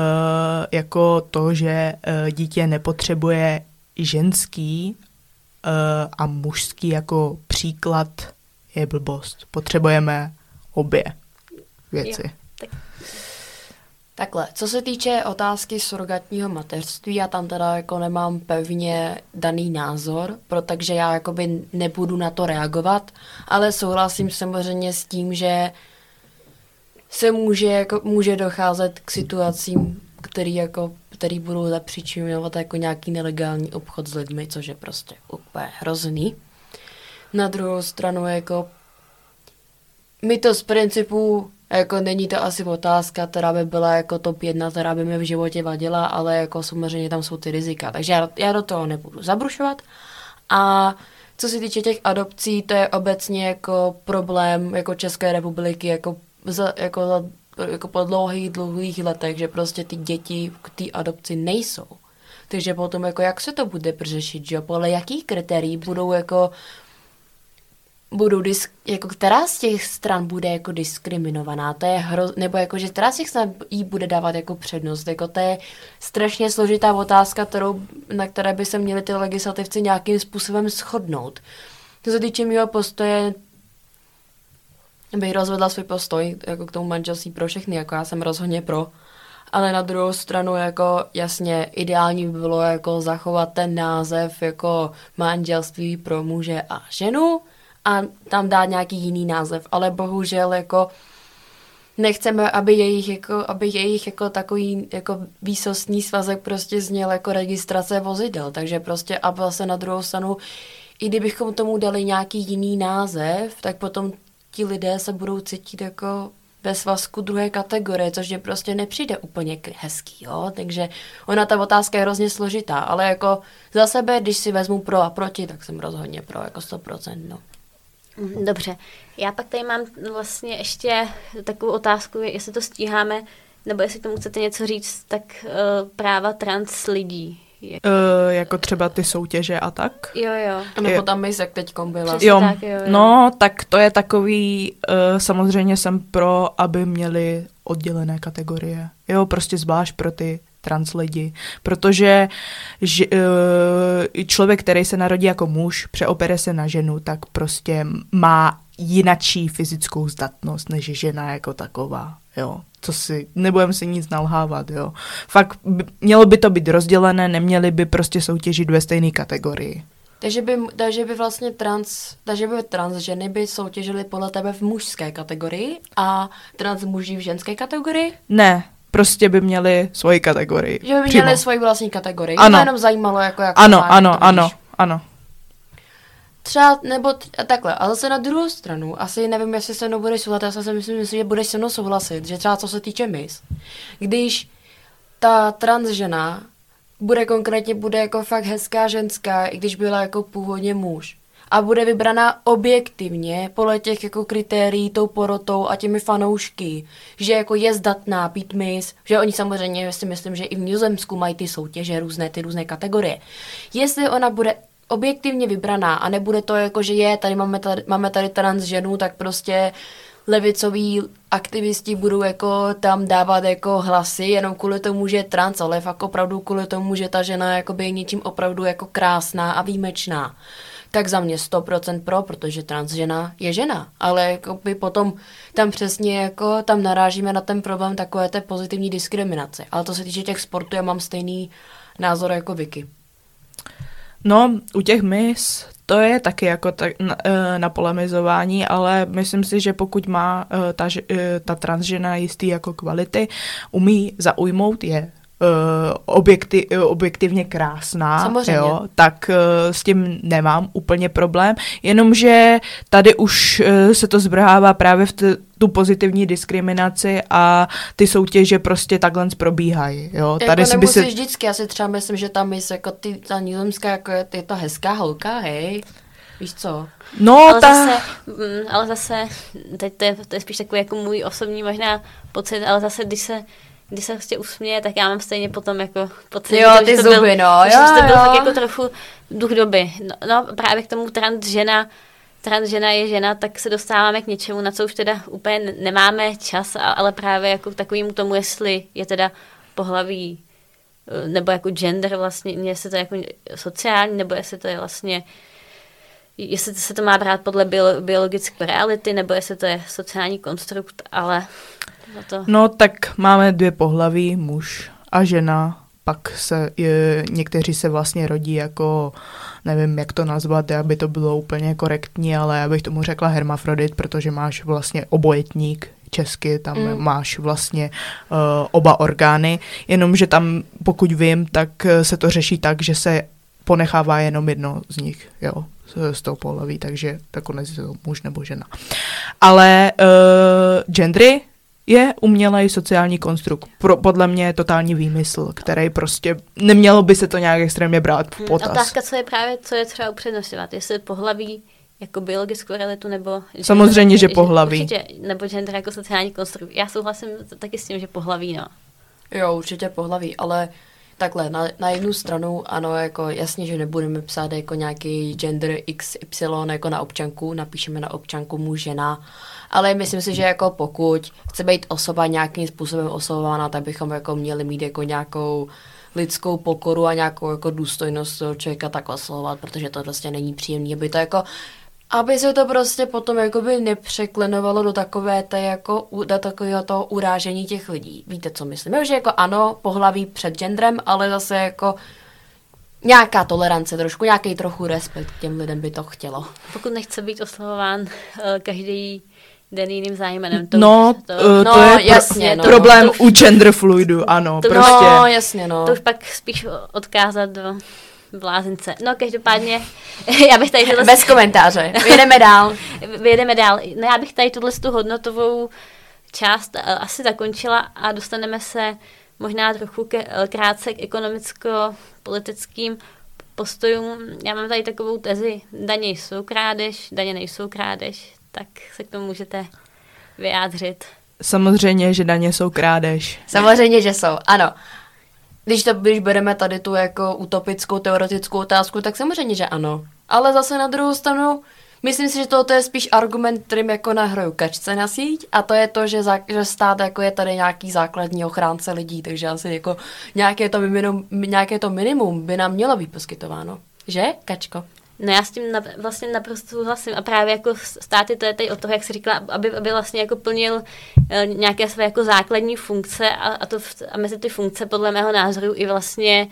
jako to, že dítě nepotřebuje ženský a mužský jako příklad, je blbost. Potřebujeme obě věci. Jo, Takhle, co se týče otázky surrogatního mateřství, já tam teda jako nemám pevně daný názor, takže já jakoby nebudu na to reagovat, ale souhlasím samozřejmě s tím, že může docházet k situacím, který budou zapříčinovat jako nějaký nelegální obchod s lidmi, což je prostě úplně hrozný. Na druhou stranu jako mi to z principu jako není to asi otázka, která by byla jako top 1, která by mi v životě vadila, ale jako samozřejmě tam jsou ty rizika. Takže já do toho nebudu zabrušovat. A co se týče těch adopcí, to je obecně jako problém jako České republiky jako po dlouhých letech, že prostě ty děti k té adopci nejsou. Takže potom jako jak se to bude řešit, že podle jakých kritérií jako která z těch stran bude jako diskriminovaná, to je nebo jako, že která z těch stran jí bude dávat jako přednost, jako to je strašně složitá otázka, na které by se měli ty legislativci nějakým způsobem shodnout. Co se týče mého postoje, bych rozvedla svůj postoj jako k tomu manželství pro všechny, jako já jsem rozhodně pro, ale na druhou stranu jako jasně ideální by bylo jako zachovat ten název jako manželství pro muže a ženu, a tam dát nějaký jiný název, ale bohužel jako nechceme, aby jejich jako takový jako výsostný svazek prostě zněl jako registrace vozidel, takže prostě a vlastně na druhou stranu, i kdybychom tomu dali nějaký jiný název, tak potom ti lidé se budou cítit jako ve svazku druhé kategorie, což mě prostě nepřijde úplně hezký, jo, takže ona ta otázka je hrozně složitá, ale jako za sebe, když si vezmu pro a proti, tak jsem rozhodně pro, jako 100%, no. Dobře, já pak tady mám vlastně ještě takovou otázku, jestli to stíháme, nebo jestli tomu chcete něco říct, tak práva trans lidí. Jako třeba ty soutěže a tak? Jo. A nebo tam jak teďkom byla. Jo. Tak, jo. No, tak to je takový, samozřejmě jsem pro, aby měli oddělené kategorie. Jo, prostě zvlášť pro ty trans lidi, protože člověk, který se narodí jako muž, přeopere se na ženu, tak prostě má jinačí fyzickou zdatnost než žena jako taková, jo. Nebudeme si nic nalhávat, jo. Fakt, mělo by to být rozdělené, neměli by prostě soutěžit ve stejné kategorii. Takže by vlastně trans ženy by soutěžily podle tebe v mužské kategorii a trans muži v ženské kategorii? Ne. Prostě by měli svoji kategorii. Že by měli svoji vlastní kategorii. Ano. To jenom zajímalo, jako jak Ano. Třeba, nebo takhle, a zase na druhou stranu, asi nevím, jestli se mnou budeš souhlasit, já si myslím, že budeš se mnou souhlasit, že třeba co se týče mis, když ta trans žena bude jako fakt hezká ženská, i když byla jako původně muž, a bude vybraná objektivně podle těch jako kritérií tou porotou a těmi fanoušky, že jako je zdatná být mis, že oni samozřejmě si myslím, že i v Nizozemsku mají ty soutěže ty různé kategorie. Jestli ona bude objektivně vybraná a nebude to jako, že máme tady trans ženu, tak prostě levicoví aktivisti budou jako tam dávat jako hlasy jenom kvůli tomu, že je trans, ale fakt opravdu kvůli tomu, že ta žena jakoby je něčím opravdu jako krásná a výjimečná. Tak za mě 100% pro, protože trans žena je žena, ale jakoby potom tam přesně jako tam narážíme na ten problém takové té pozitivní diskriminace. Ale to se týče těch sportů, já mám stejný názor jako Vicky. No, u těch mis to je taky jako na polemizování, ale myslím si, že pokud má ta transžena jistý jako kvality, umí zaujmout, je objektivně krásná, jo, tak s tím nemám úplně problém, jenomže tady už se to zvrhává právě v tu pozitivní diskriminaci a ty soutěže prostě takhle probíhají. Jo. Jako tady nemusíš vždycky, já si třeba myslím, že tam je jako ta nizozemská, jako je to hezká holka, hej. Víš co? No, ale zase teď to je spíš takový jako můj osobní možná pocit, ale zase, když se prostě usměje, tak já mám stejně potom jako pocit, jo, ty že zuby, to byl tak jako trochu duch doby. No, právě k tomu transžena je žena, tak se dostáváme k něčemu, na co už teda úplně nemáme čas, ale právě jako k takovému tomu, jestli je teda pohlaví, nebo jako gender vlastně, jestli to je jako sociální, nebo jestli to je vlastně, jestli se to má brát podle biologické reality, nebo jestli to je sociální konstrukt, ale to... No tak máme 2 pohlaví, muž a žena, pak někteří se vlastně rodí jako, nevím, jak to nazvat, aby to bylo úplně korektní, ale já bych tomu řekla hermafrodit, protože máš vlastně obojetník, česky, tam máš vlastně oba orgány, jenomže tam, pokud vím, tak se to řeší tak, že se ponechává jenom jedno z nich, jo, z toho pohlaví, takže nakonec je to muž nebo žena. Ale gendry je umělej sociální konstrukt. Podle mě je totální výmysl, který prostě nemělo by se to nějak extrémně brát v potaz. Otázka, co je třeba upřednostňovat, jestli pohlaví jako biologickou realitu, nebo... Samozřejmě, že pohlaví. Určitě, nebo gender jako sociální konstrukt. Já souhlasím taky s tím, že pohlaví, no. Jo, určitě pohlaví, ale takhle, na jednu stranu, ano, jako jasně, že nebudeme psát jako nějaký gender XY jako na občanku, napíšeme na občanku muž, žena, ale myslím si, že jako pokud chce být osoba nějakým způsobem oslovována, tak bychom jako měli mít jako nějakou lidskou pokoru a nějakou jako důstojnost toho člověka tak oslovovat, protože to prostě není příjemné, aby se to prostě potom jakoby nepřeklenovalo do takové do takového toho urážení těch lidí. Víte, co myslím? Jo, že jako ano, pohlaví před genderem, ale zase jako nějaká tolerance trošku, nějaký trochu respekt těm lidem by to chtělo. Pokud nechce být oslovován každý den jiným zájmenem. To je jasně, problém u genderfluidu, ano. Prostě. No, jasně, no. To už pak spíš odkázat do blázince. No, každopádně, já bych tady tohle... Bez komentáře. Vyjedeme dál. No, já bych tady tuhle tu hodnotovou část asi zakončila a dostaneme se možná trochu krátce k ekonomicko-politickým postojům. Já mám tady takovou tezi, daně jsou krádež, daně nejsou krádež, tak se k tomu můžete vyjádřit. Samozřejmě, že daně jsou krádež. Samozřejmě, že jsou, ano. Když bereme tady tu jako utopickou, teoretickou otázku, tak samozřejmě, že ano. Ale zase na druhou stranu, myslím si, že toto je spíš argument, kterým jako nahraju kačce na síť, a to je to, že stát jako je tady nějaký základní ochránce lidí, takže asi jako nějaké to minimum by nám mělo být poskytováno. Že, Kačko? No já s tím vlastně naprosto souhlasím a právě jako státy to je tady o toho, jak jsi říkala, aby vlastně jako plnil nějaké své jako základní funkce a mezi ty funkce podle mého názoru i vlastně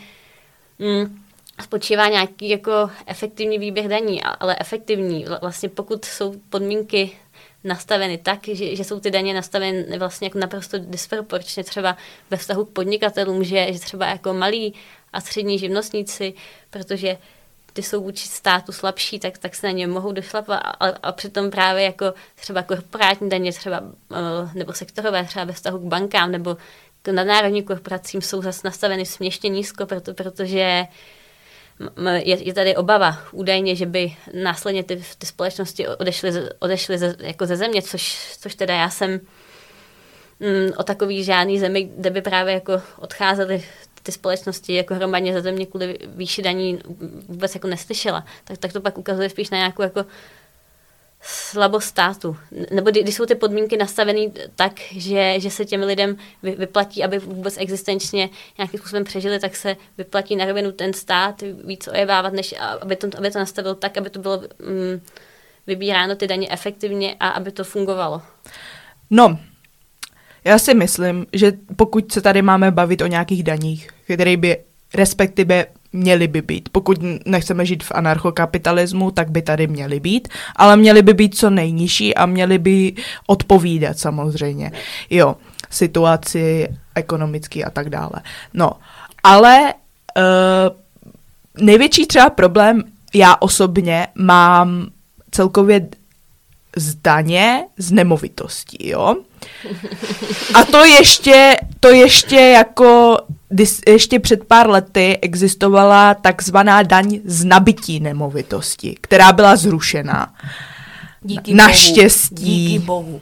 spočívá nějaký jako efektivní výběr daní, ale efektivní. Vlastně pokud jsou podmínky nastaveny tak, že jsou ty daně nastaveny vlastně jako naprosto disproporčně třeba ve vztahu k podnikatelům, že třeba jako malí a střední živnostníci, protože ty jsou vůči státu slabší, tak se na ně mohou došlapat a přitom právě jako třeba korporátní daně třeba, nebo sektorové třeba ve vztahu k bankám nebo k nadnárodním korporacím jsou zase nastaveny směšně nízko, protože je tady obava údajně, že by následně ty společnosti odešly jako ze země, což teda já jsem o takový žádný zemi, kde by právě jako odcházely ty společnosti jako hromadně ze země kvůli výši daní vůbec jako neslyšela. Tak to pak ukazuje spíš na nějakou jako slabost státu. Nebo když jsou ty podmínky nastaveny tak, že se těm lidem vyplatí, aby vůbec existenčně nějakým způsobem přežili, tak se vyplatí na rovinu ten stát víc ojebávat, než aby to nastavil tak, aby to bylo vybíráno ty daně efektivně a aby to fungovalo. No, já si myslím, že pokud se tady máme bavit o nějakých daních, které by respektive měly by být. Pokud nechceme žít v anarchokapitalismu, tak by tady měly být, ale měly by být co nejnižší a měly by odpovídat samozřejmě, jo, situaci ekonomický a tak dále. No, ale největší třeba problém já osobně mám celkově z daně z nemovitostí, jo. A to ještě jako, ještě před pár lety existovala takzvaná daň z nabytí nemovitosti, která byla zrušena. Díky Naštěstí. Bohu. Díky Bohu.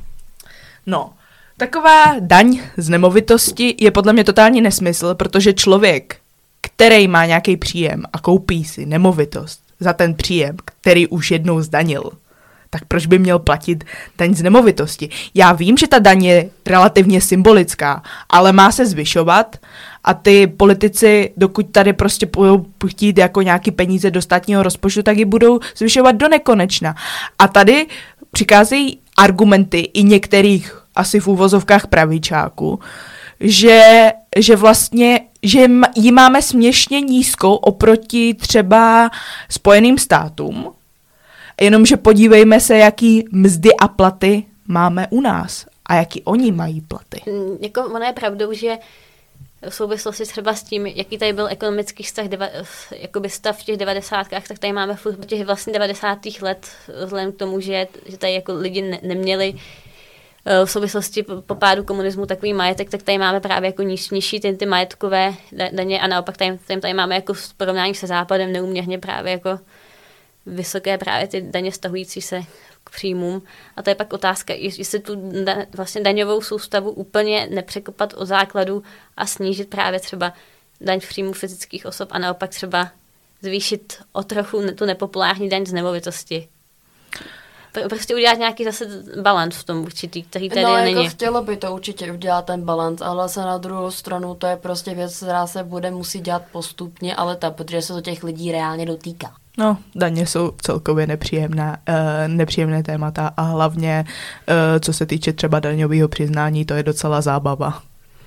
No, taková daň z nemovitosti je podle mě totální nesmysl, protože člověk, který má nějaký příjem a koupí si nemovitost za ten příjem, který už jednou zdanil, tak proč by měl platit daň z nemovitosti? Já vím, že ta daň je relativně symbolická, ale má se zvyšovat a ty politici, dokud tady prostě budou chtít jako nějaký peníze do státního rozpočtu, tak ji budou zvyšovat do nekonečna. A tady přicházejí argumenty i některých asi v úvozovkách pravičáků, že vlastně, že ji máme směšně nízkou oproti třeba Spojeným státům, jenomže podívejme se, jaký mzdy a platy máme u nás a jaký oni mají platy. Jako ono je pravdou, že v souvislosti třeba s tím, jaký tady byl ekonomický stav v těch 90kách, tak tady máme furt těch vlastně 90. let, vzhledem k tomu, že tady jako lidi neměli v souvislosti po pádu komunismu takový majetek, tak tady máme právě jako nižší ty majetkové daně a naopak tady máme jako v porovnání se západem neúměrně právě jako vysoké právě ty daně vztahující se k příjmům. A to je pak otázka, jestli tu vlastně daňovou soustavu úplně nepřekopat od základu a snížit právě třeba daň v příjmu fyzických osob a naopak třeba zvýšit o trochu tu nepopulární daň z nemovitosti. Prostě udělat nějaký zase balans v tom určitý, který tady není. No, jako chtělo by to určitě udělat ten balans, ale se na druhou stranu to je prostě věc, která se bude muset dělat postupně, ale protože se to těch lidí reálně dotýká. No, daně jsou celkově nepříjemné témata a hlavně, co se týče třeba daňového přiznání, to je docela zábava.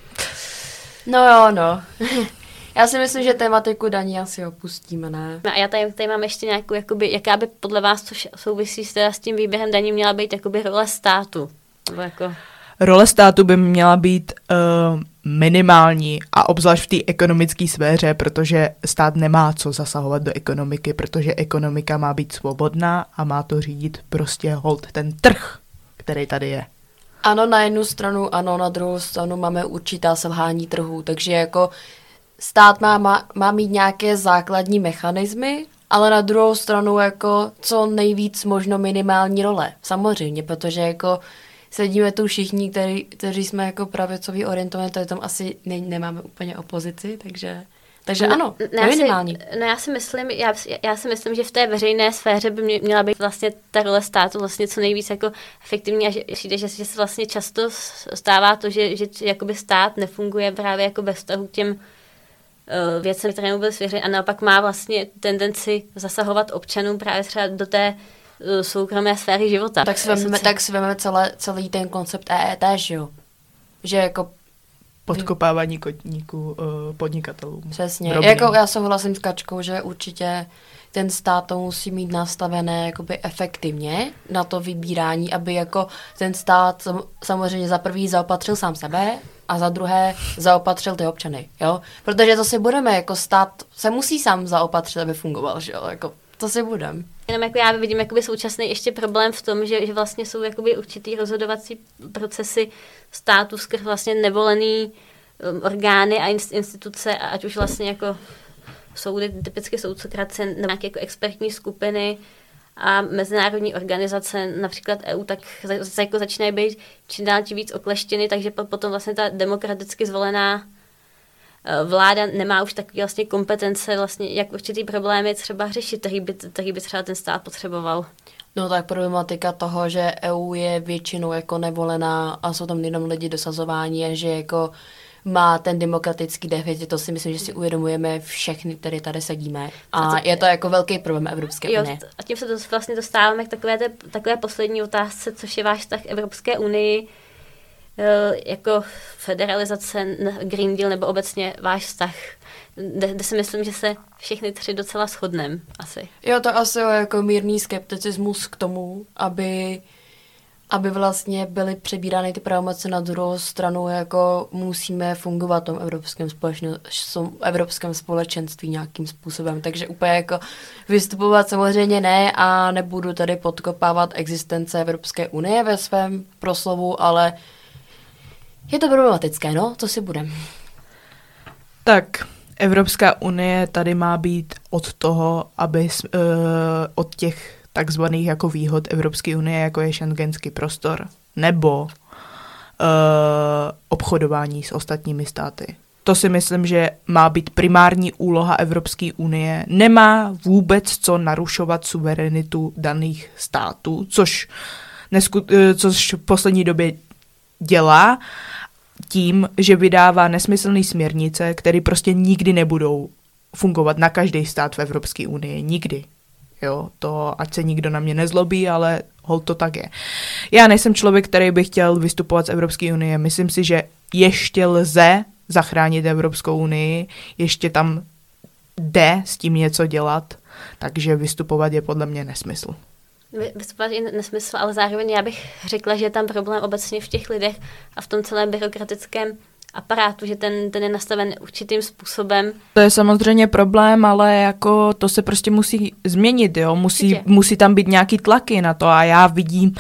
No jo, no. Já si myslím, že tematiku daní asi opustíme, ne? No a já tady mám ještě nějakou, jakoby, jaká by podle vás, což souvisí s tím výběhem daní, měla být jakoby role státu? Role státu by měla být minimální a obzvlášť v té ekonomické sféře, protože stát nemá co zasahovat do ekonomiky, protože ekonomika má být svobodná a má to řídit prostě holt ten trh, který tady je. Ano, na jednu stranu, ano, na druhou stranu máme určitá selhání trhu, takže jako stát má mít nějaké základní mechanismy, ale na druhou stranu jako co nejvíc možno minimální role. Samozřejmě, protože jako sedíme tu všichni, kteří jsme jako pravicový orientovaní, to je tam asi nemáme úplně opozici, takže ano, minimální. Já si myslím, že v té veřejné sféře by měla být vlastně ta role státu vlastně co nejvíc jako efektivní a že se vlastně často stává to, že jakoby stát nefunguje právě jako bez vztahu k těm věcem, které mu byly svěřeny a naopak má vlastně tendenci zasahovat občanům právě třeba do té soukromé sféry života. Tak si veme celý ten koncept EET, že jo? Že jako podkopávání kotníků podnikatelům. Přesně. Jako já souhlasím s Kačkou, že určitě ten stát to musí mít nastavené jakoby efektivně na to vybírání, aby jako ten stát samozřejmě za prvý zaopatřil sám sebe a za druhé zaopatřil ty občany, jo? Protože to si budeme, jako stát se musí sám zaopatřit, aby fungoval, že jo? Jako, to si budeme. Jenom jako já vidím jakoby současný ještě problém v tom, že vlastně jsou jakoby určitý rozhodovací procesy státu skrz vlastně nevolený orgány a instituce, ať už vlastně jako soudy, typicky soudcokracie, nebo nějaké jako expertní skupiny a mezinárodní organizace, například EU, tak jako začínají být čím dál tím víc okleštěny, takže potom vlastně ta demokraticky zvolená vláda nemá už takový vlastně kompetence, vlastně, jak určitý problémy třeba řešit, který by třeba ten stát potřeboval. No tak problematika toho, že EU je většinou jako nevolená a jsou tam jenom lidi dosazování a že jako má ten demokratický deficit, to si myslím, že si uvědomujeme všechny, které tady sedíme. A je to jako velký problém Evropské unie. A tím se vlastně dostáváme k takové poslední otázce, což je váš vztah Evropské unii. jako federalizace, Green Deal nebo obecně váš vztah, kde si myslím, že se všichni tři docela shodneme asi. Jo, to asi je jako mírný skepticismus k tomu, aby vlastně byly přebírány ty pravomoci. Na druhou stranu jako musíme fungovat v tom evropském společenství nějakým způsobem. Takže úplně jako vystupovat samozřejmě ne a nebudu tady podkopávat existence Evropské unie ve svém proslovu, ale je to problematické, no, co si budem. Tak, Evropská unie tady má být od toho, aby od těch takzvaných jako výhod Evropské unie, jako je šengenský prostor, nebo obchodování s ostatními státy. To si myslím, že má být primární úloha Evropské unie. Nemá vůbec co narušovat suverenitu daných států, což v poslední době dělá tím, že vydává nesmyslné směrnice, které prostě nikdy nebudou fungovat na každý stát v Evropské unii. Nikdy. Jo, to ať se nikdo na mě nezlobí, ale holt to tak je. Já nejsem člověk, který by chtěl vystupovat z Evropské unie. Myslím si, že ještě lze zachránit Evropskou unii, ještě tam jde s tím něco dělat, takže vystupovat je podle mě nesmysl. Vystupovat je nesmysl, ale zároveň já bych řekla, že je tam problém obecně v těch lidech a v tom celém byrokratickém aparátu, že ten je nastaven určitým způsobem. To je samozřejmě problém, ale jako to se prostě musí změnit, jo? Musí tam být nějaký tlaky na to a já vidím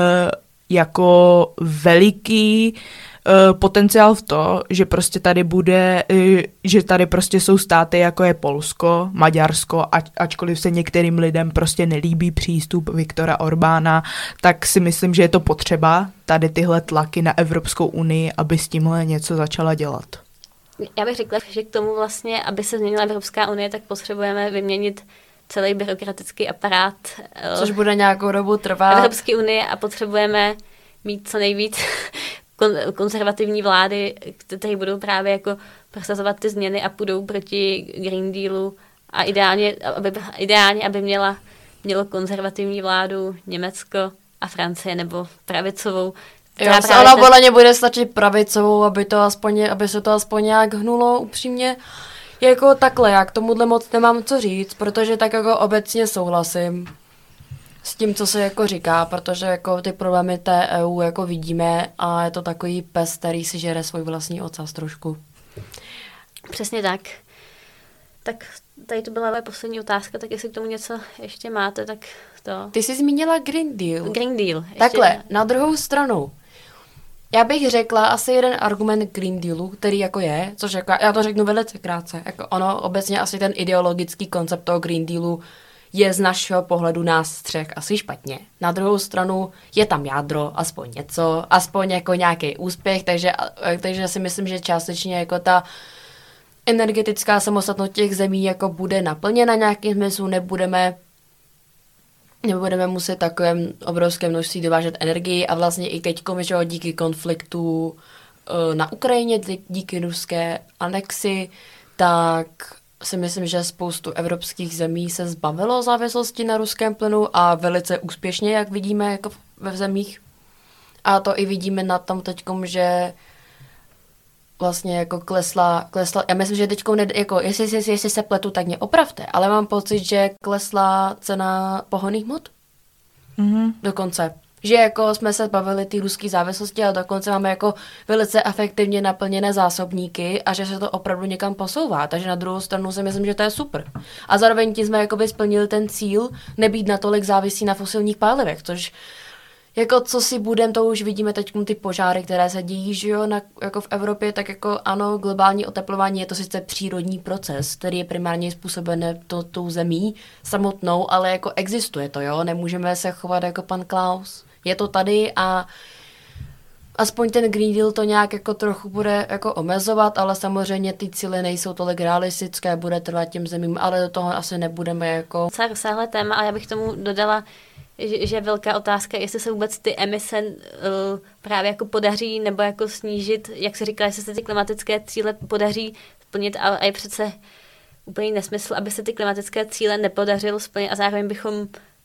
jako veliký potenciál v to, že prostě tady bude, že tady prostě jsou státy, jako je Polsko, Maďarsko, ačkoliv se některým lidem prostě nelíbí přístup Viktora Orbána, tak si myslím, že je to potřeba, tady tyhle tlaky na Evropskou unii, aby s tímhle něco začala dělat. Já bych řekla, že k tomu vlastně, aby se změnila Evropská unie, tak potřebujeme vyměnit celý byrokratický aparát. Což bude nějakou dobu trvat. Evropské unie a potřebujeme mít co nejvíc konzervativní vlády, které budou právě jako prosazovat ty změny a půjdou proti Green Dealu a ideálně, aby mělo konzervativní vládu Německo a Francie nebo pravicovou. Jo, ona podle mě bude stačit pravicovou, aby se to aspoň nějak hnulo upřímně. Jako takhle, já k tomuhle moc nemám co říct, protože tak jako obecně souhlasím s tím, co se jako říká, protože jako ty problémy té EU jako vidíme a je to takový pes, který si žere svůj vlastní ocas trošku. Přesně tak. Tak tady to byla moje poslední otázka, tak jestli k tomu něco ještě máte, tak to. Ty jsi zmínila Green Deal. Green Deal. Ještě Takhle, na druhou stranu. Já bych řekla asi jeden argument Green Dealu, který jako je, což jako, já to řeknu velice krátce, jako ono obecně asi ten ideologický koncept toho Green Dealu je z našeho pohledu nás třech asi špatně. Na druhou stranu je tam jádro, aspoň něco, aspoň jako nějaký úspěch, takže si myslím, že částečně jako ta energetická samostatnost těch zemí jako bude naplněna nějakým smyslu, nebudeme muset takovém obrovské množství dovážet energii a vlastně i teď díky konfliktu na Ukrajině, díky ruské anexi, tak si myslím, že spoustu evropských zemí se zbavilo závislosti na ruském plynu a velice úspěšně, jak vidíme jako ve zemích. A to i vidíme na tom teďkom, že vlastně jako klesla, já myslím, že teďkom, jako jestli se pletu, tak mě opravte, ale mám pocit, že klesla cena pohonných hmot. Mm-hmm. Dokonce. Že jako jsme se bavili ty ruské závislosti, ale dokonce máme jako velice efektivně naplněné zásobníky a že se to opravdu někam posouvá. Takže na druhou stranu si myslím, že to je super. A zároveň tím jsme jakoby splnili ten cíl nebýt natolik závislí na fosilních pálivech, což jako co si budem, to už vidíme teď ty požáry, které se dějí, že jo, jako v Evropě, tak jako ano, globální oteplování je to sice přírodní proces, který je primárně způsoben tou zemí samotnou, ale jako existuje to, jo, nemůžeme se chovat jako pan Klaus. Je to tady a aspoň ten Green Deal to nějak jako trochu bude jako omezovat, ale samozřejmě ty cíle nejsou tolik realistické, bude trvat těm zemím, ale do toho asi nebudeme jako... Rozsáhlé téma, ale já bych tomu dodala, že je velká otázka, jestli se vůbec ty emise právě jako podaří nebo jako snížit, jak se říká, jestli se ty klimatické cíle podaří splnit a je přece úplný nesmysl, aby se ty klimatické cíle nepodařilo splnit a zároveň bychom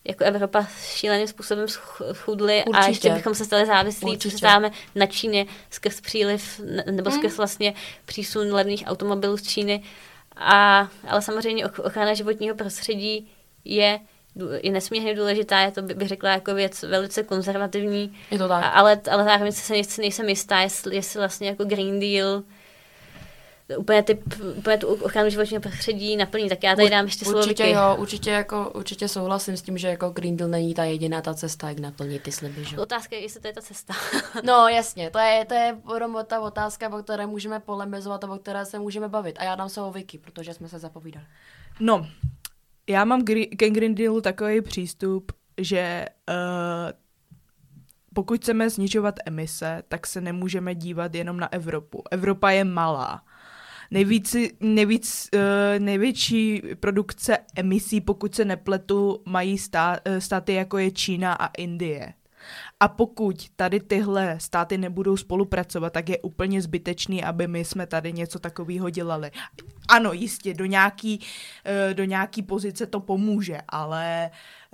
jako Evropa šíleným způsobem schudli Určitě. a ještě bychom se stali závislí, Určitě. co se stáváme na Číně skrz příliv nebo skrz vlastně přísun levných automobilů z Číny. Ale samozřejmě ochrana životního prostředí je nesmírně důležitá, je to bych řekla jako věc velice konzervativní. Je to tak. Ale zároveň se nejsem jistá, jestli vlastně jako Green Deal úplně tu ochranu životního prostředí naplní. Tak já tady dám ještě slovo Určitě Vicky. jo, určitě souhlasím s tím, že jako Green Deal není ta jediná ta cesta, jak naplnit ty sliby, že? Otázka je, jestli to je ta cesta. No jasně, to je ta otázka, o které můžeme polemizovat a o které se můžeme bavit. A já dám slovo Vicky, protože jsme se zapovídali. No, já mám ke Green Dealu takový přístup, že pokud chceme snižovat emise, tak se nemůžeme dívat jenom na Evropu. Evropa je malá. Největší produkce emisí, pokud se nepletu, mají státy jako je Čína a Indie. A pokud tady tyhle státy nebudou spolupracovat, tak je úplně zbytečný, aby my jsme tady něco takového dělali. Ano, jistě, do nějaký pozice to pomůže, ale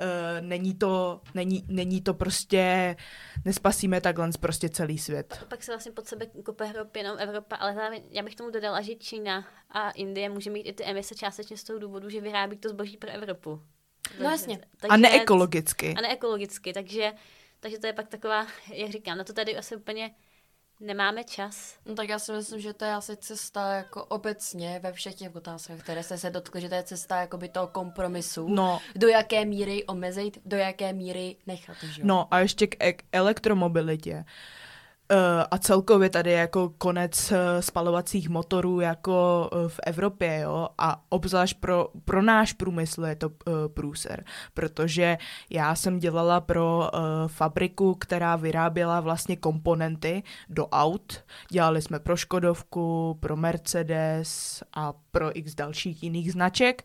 není to prostě, nespasíme takhle prostě celý svět. Pak se vlastně pod sebe kope jenom Evropa, ale zároveň já bych tomu dodala, že Čína a Indie může mít i ty emise částečně z toho důvodu, že vyrábí to zboží pro Evropu. No jasně. A neekologicky. Takže to je pak taková, jak říkám, na to tady asi úplně nemáme čas. No tak já si myslím, že to je asi cesta jako obecně ve všech těch otázkách, které jste se dotkli, že to je cesta jakoby toho kompromisu. No. Do jaké míry omezit, do jaké míry nechat, že jo? No a ještě k elektromobilitě. A celkově tady je jako konec spalovacích motorů jako v Evropě, jo, a obzvlášť pro náš průmysl je to průser, protože já jsem dělala pro fabriku, která vyráběla vlastně komponenty do aut, dělali jsme pro Škodovku, pro Mercedes a pro x dalších jiných značek.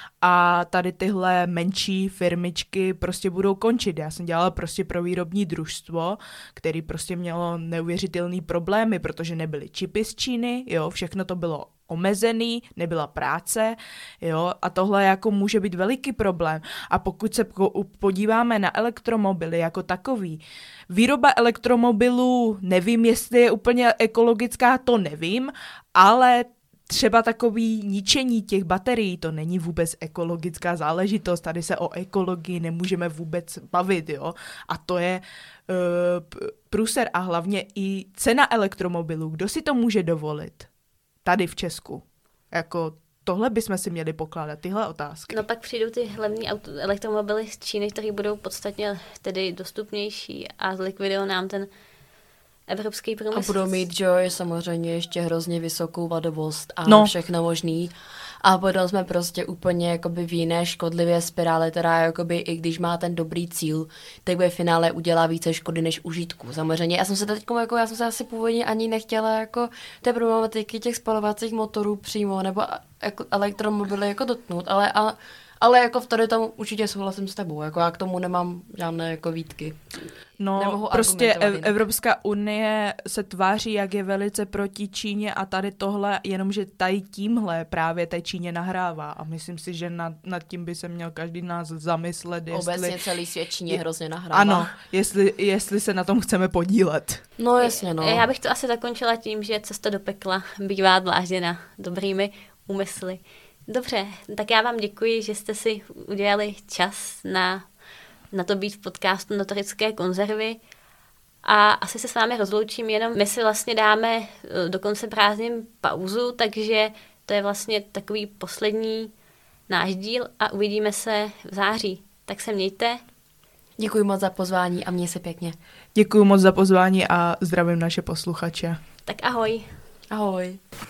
A tady tyhle menší firmičky prostě budou končit. Já jsem dělala prostě pro výrobní družstvo, který prostě mělo neuvěřitelný problémy, protože nebyly čipy z Číny, jo, všechno to bylo omezený, nebyla práce, jo, a tohle jako může být veliký problém. A pokud se podíváme na elektromobily jako takový, výroba elektromobilů, nevím, jestli je úplně ekologická, to nevím, ale třeba takový ničení těch baterií, to není vůbec ekologická záležitost, tady se o ekologii nemůžeme vůbec bavit, jo. A to je průser a hlavně i cena elektromobilů. Kdo si to může dovolit tady v Česku? Jako tohle bychom si měli pokládat, tyhle otázky. No pak přijdou ty hlavní elektromobily z Číny, které budou podstatně tedy dostupnější a zlikvidují nám ten evropský průmysl. A budou mít, že jo, je samozřejmě ještě hrozně vysokou vadovost a všechno možný. A potom jsme prostě úplně jakoby v jiné škodlivé spirále, která jakoby, i když má ten dobrý cíl, tak ve finále udělá více škody než užitku. Samozřejmě, já jsem se asi původně ani nechtěla jako té problematiky těch spalovacích motorů přímo, nebo elektromobily jako dotknout, ale jako v tady tam určitě souhlasím s tebou, jako já k tomu nemám žádné jako výtky. No, prostě Evropská unie se tváří, jak je velice proti Číně a tady tohle, jenomže tady tímhle právě té Číně nahrává a myslím si, že nad tím by se měl každý nás zamyslet, jestli... Obecně celý svět Číně hrozně nahrává. Ano, jestli se na tom chceme podílet. No jasně, no. Já bych to asi zakončila tím, že cesta do pekla bývá dlážděna dobrými úmysly. Dobře, tak já vám děkuji, že jste si udělali čas na to být v podcastu Notorické konzervy a asi se s vámi rozloučím, jenom my si vlastně dáme do konce prázdnin pauzu, takže to je vlastně takový poslední náš díl a uvidíme se v září. Tak se mějte. Děkuji moc za pozvání a měj se pěkně. Děkuji moc za pozvání a zdravím naše posluchače. Tak ahoj. Ahoj.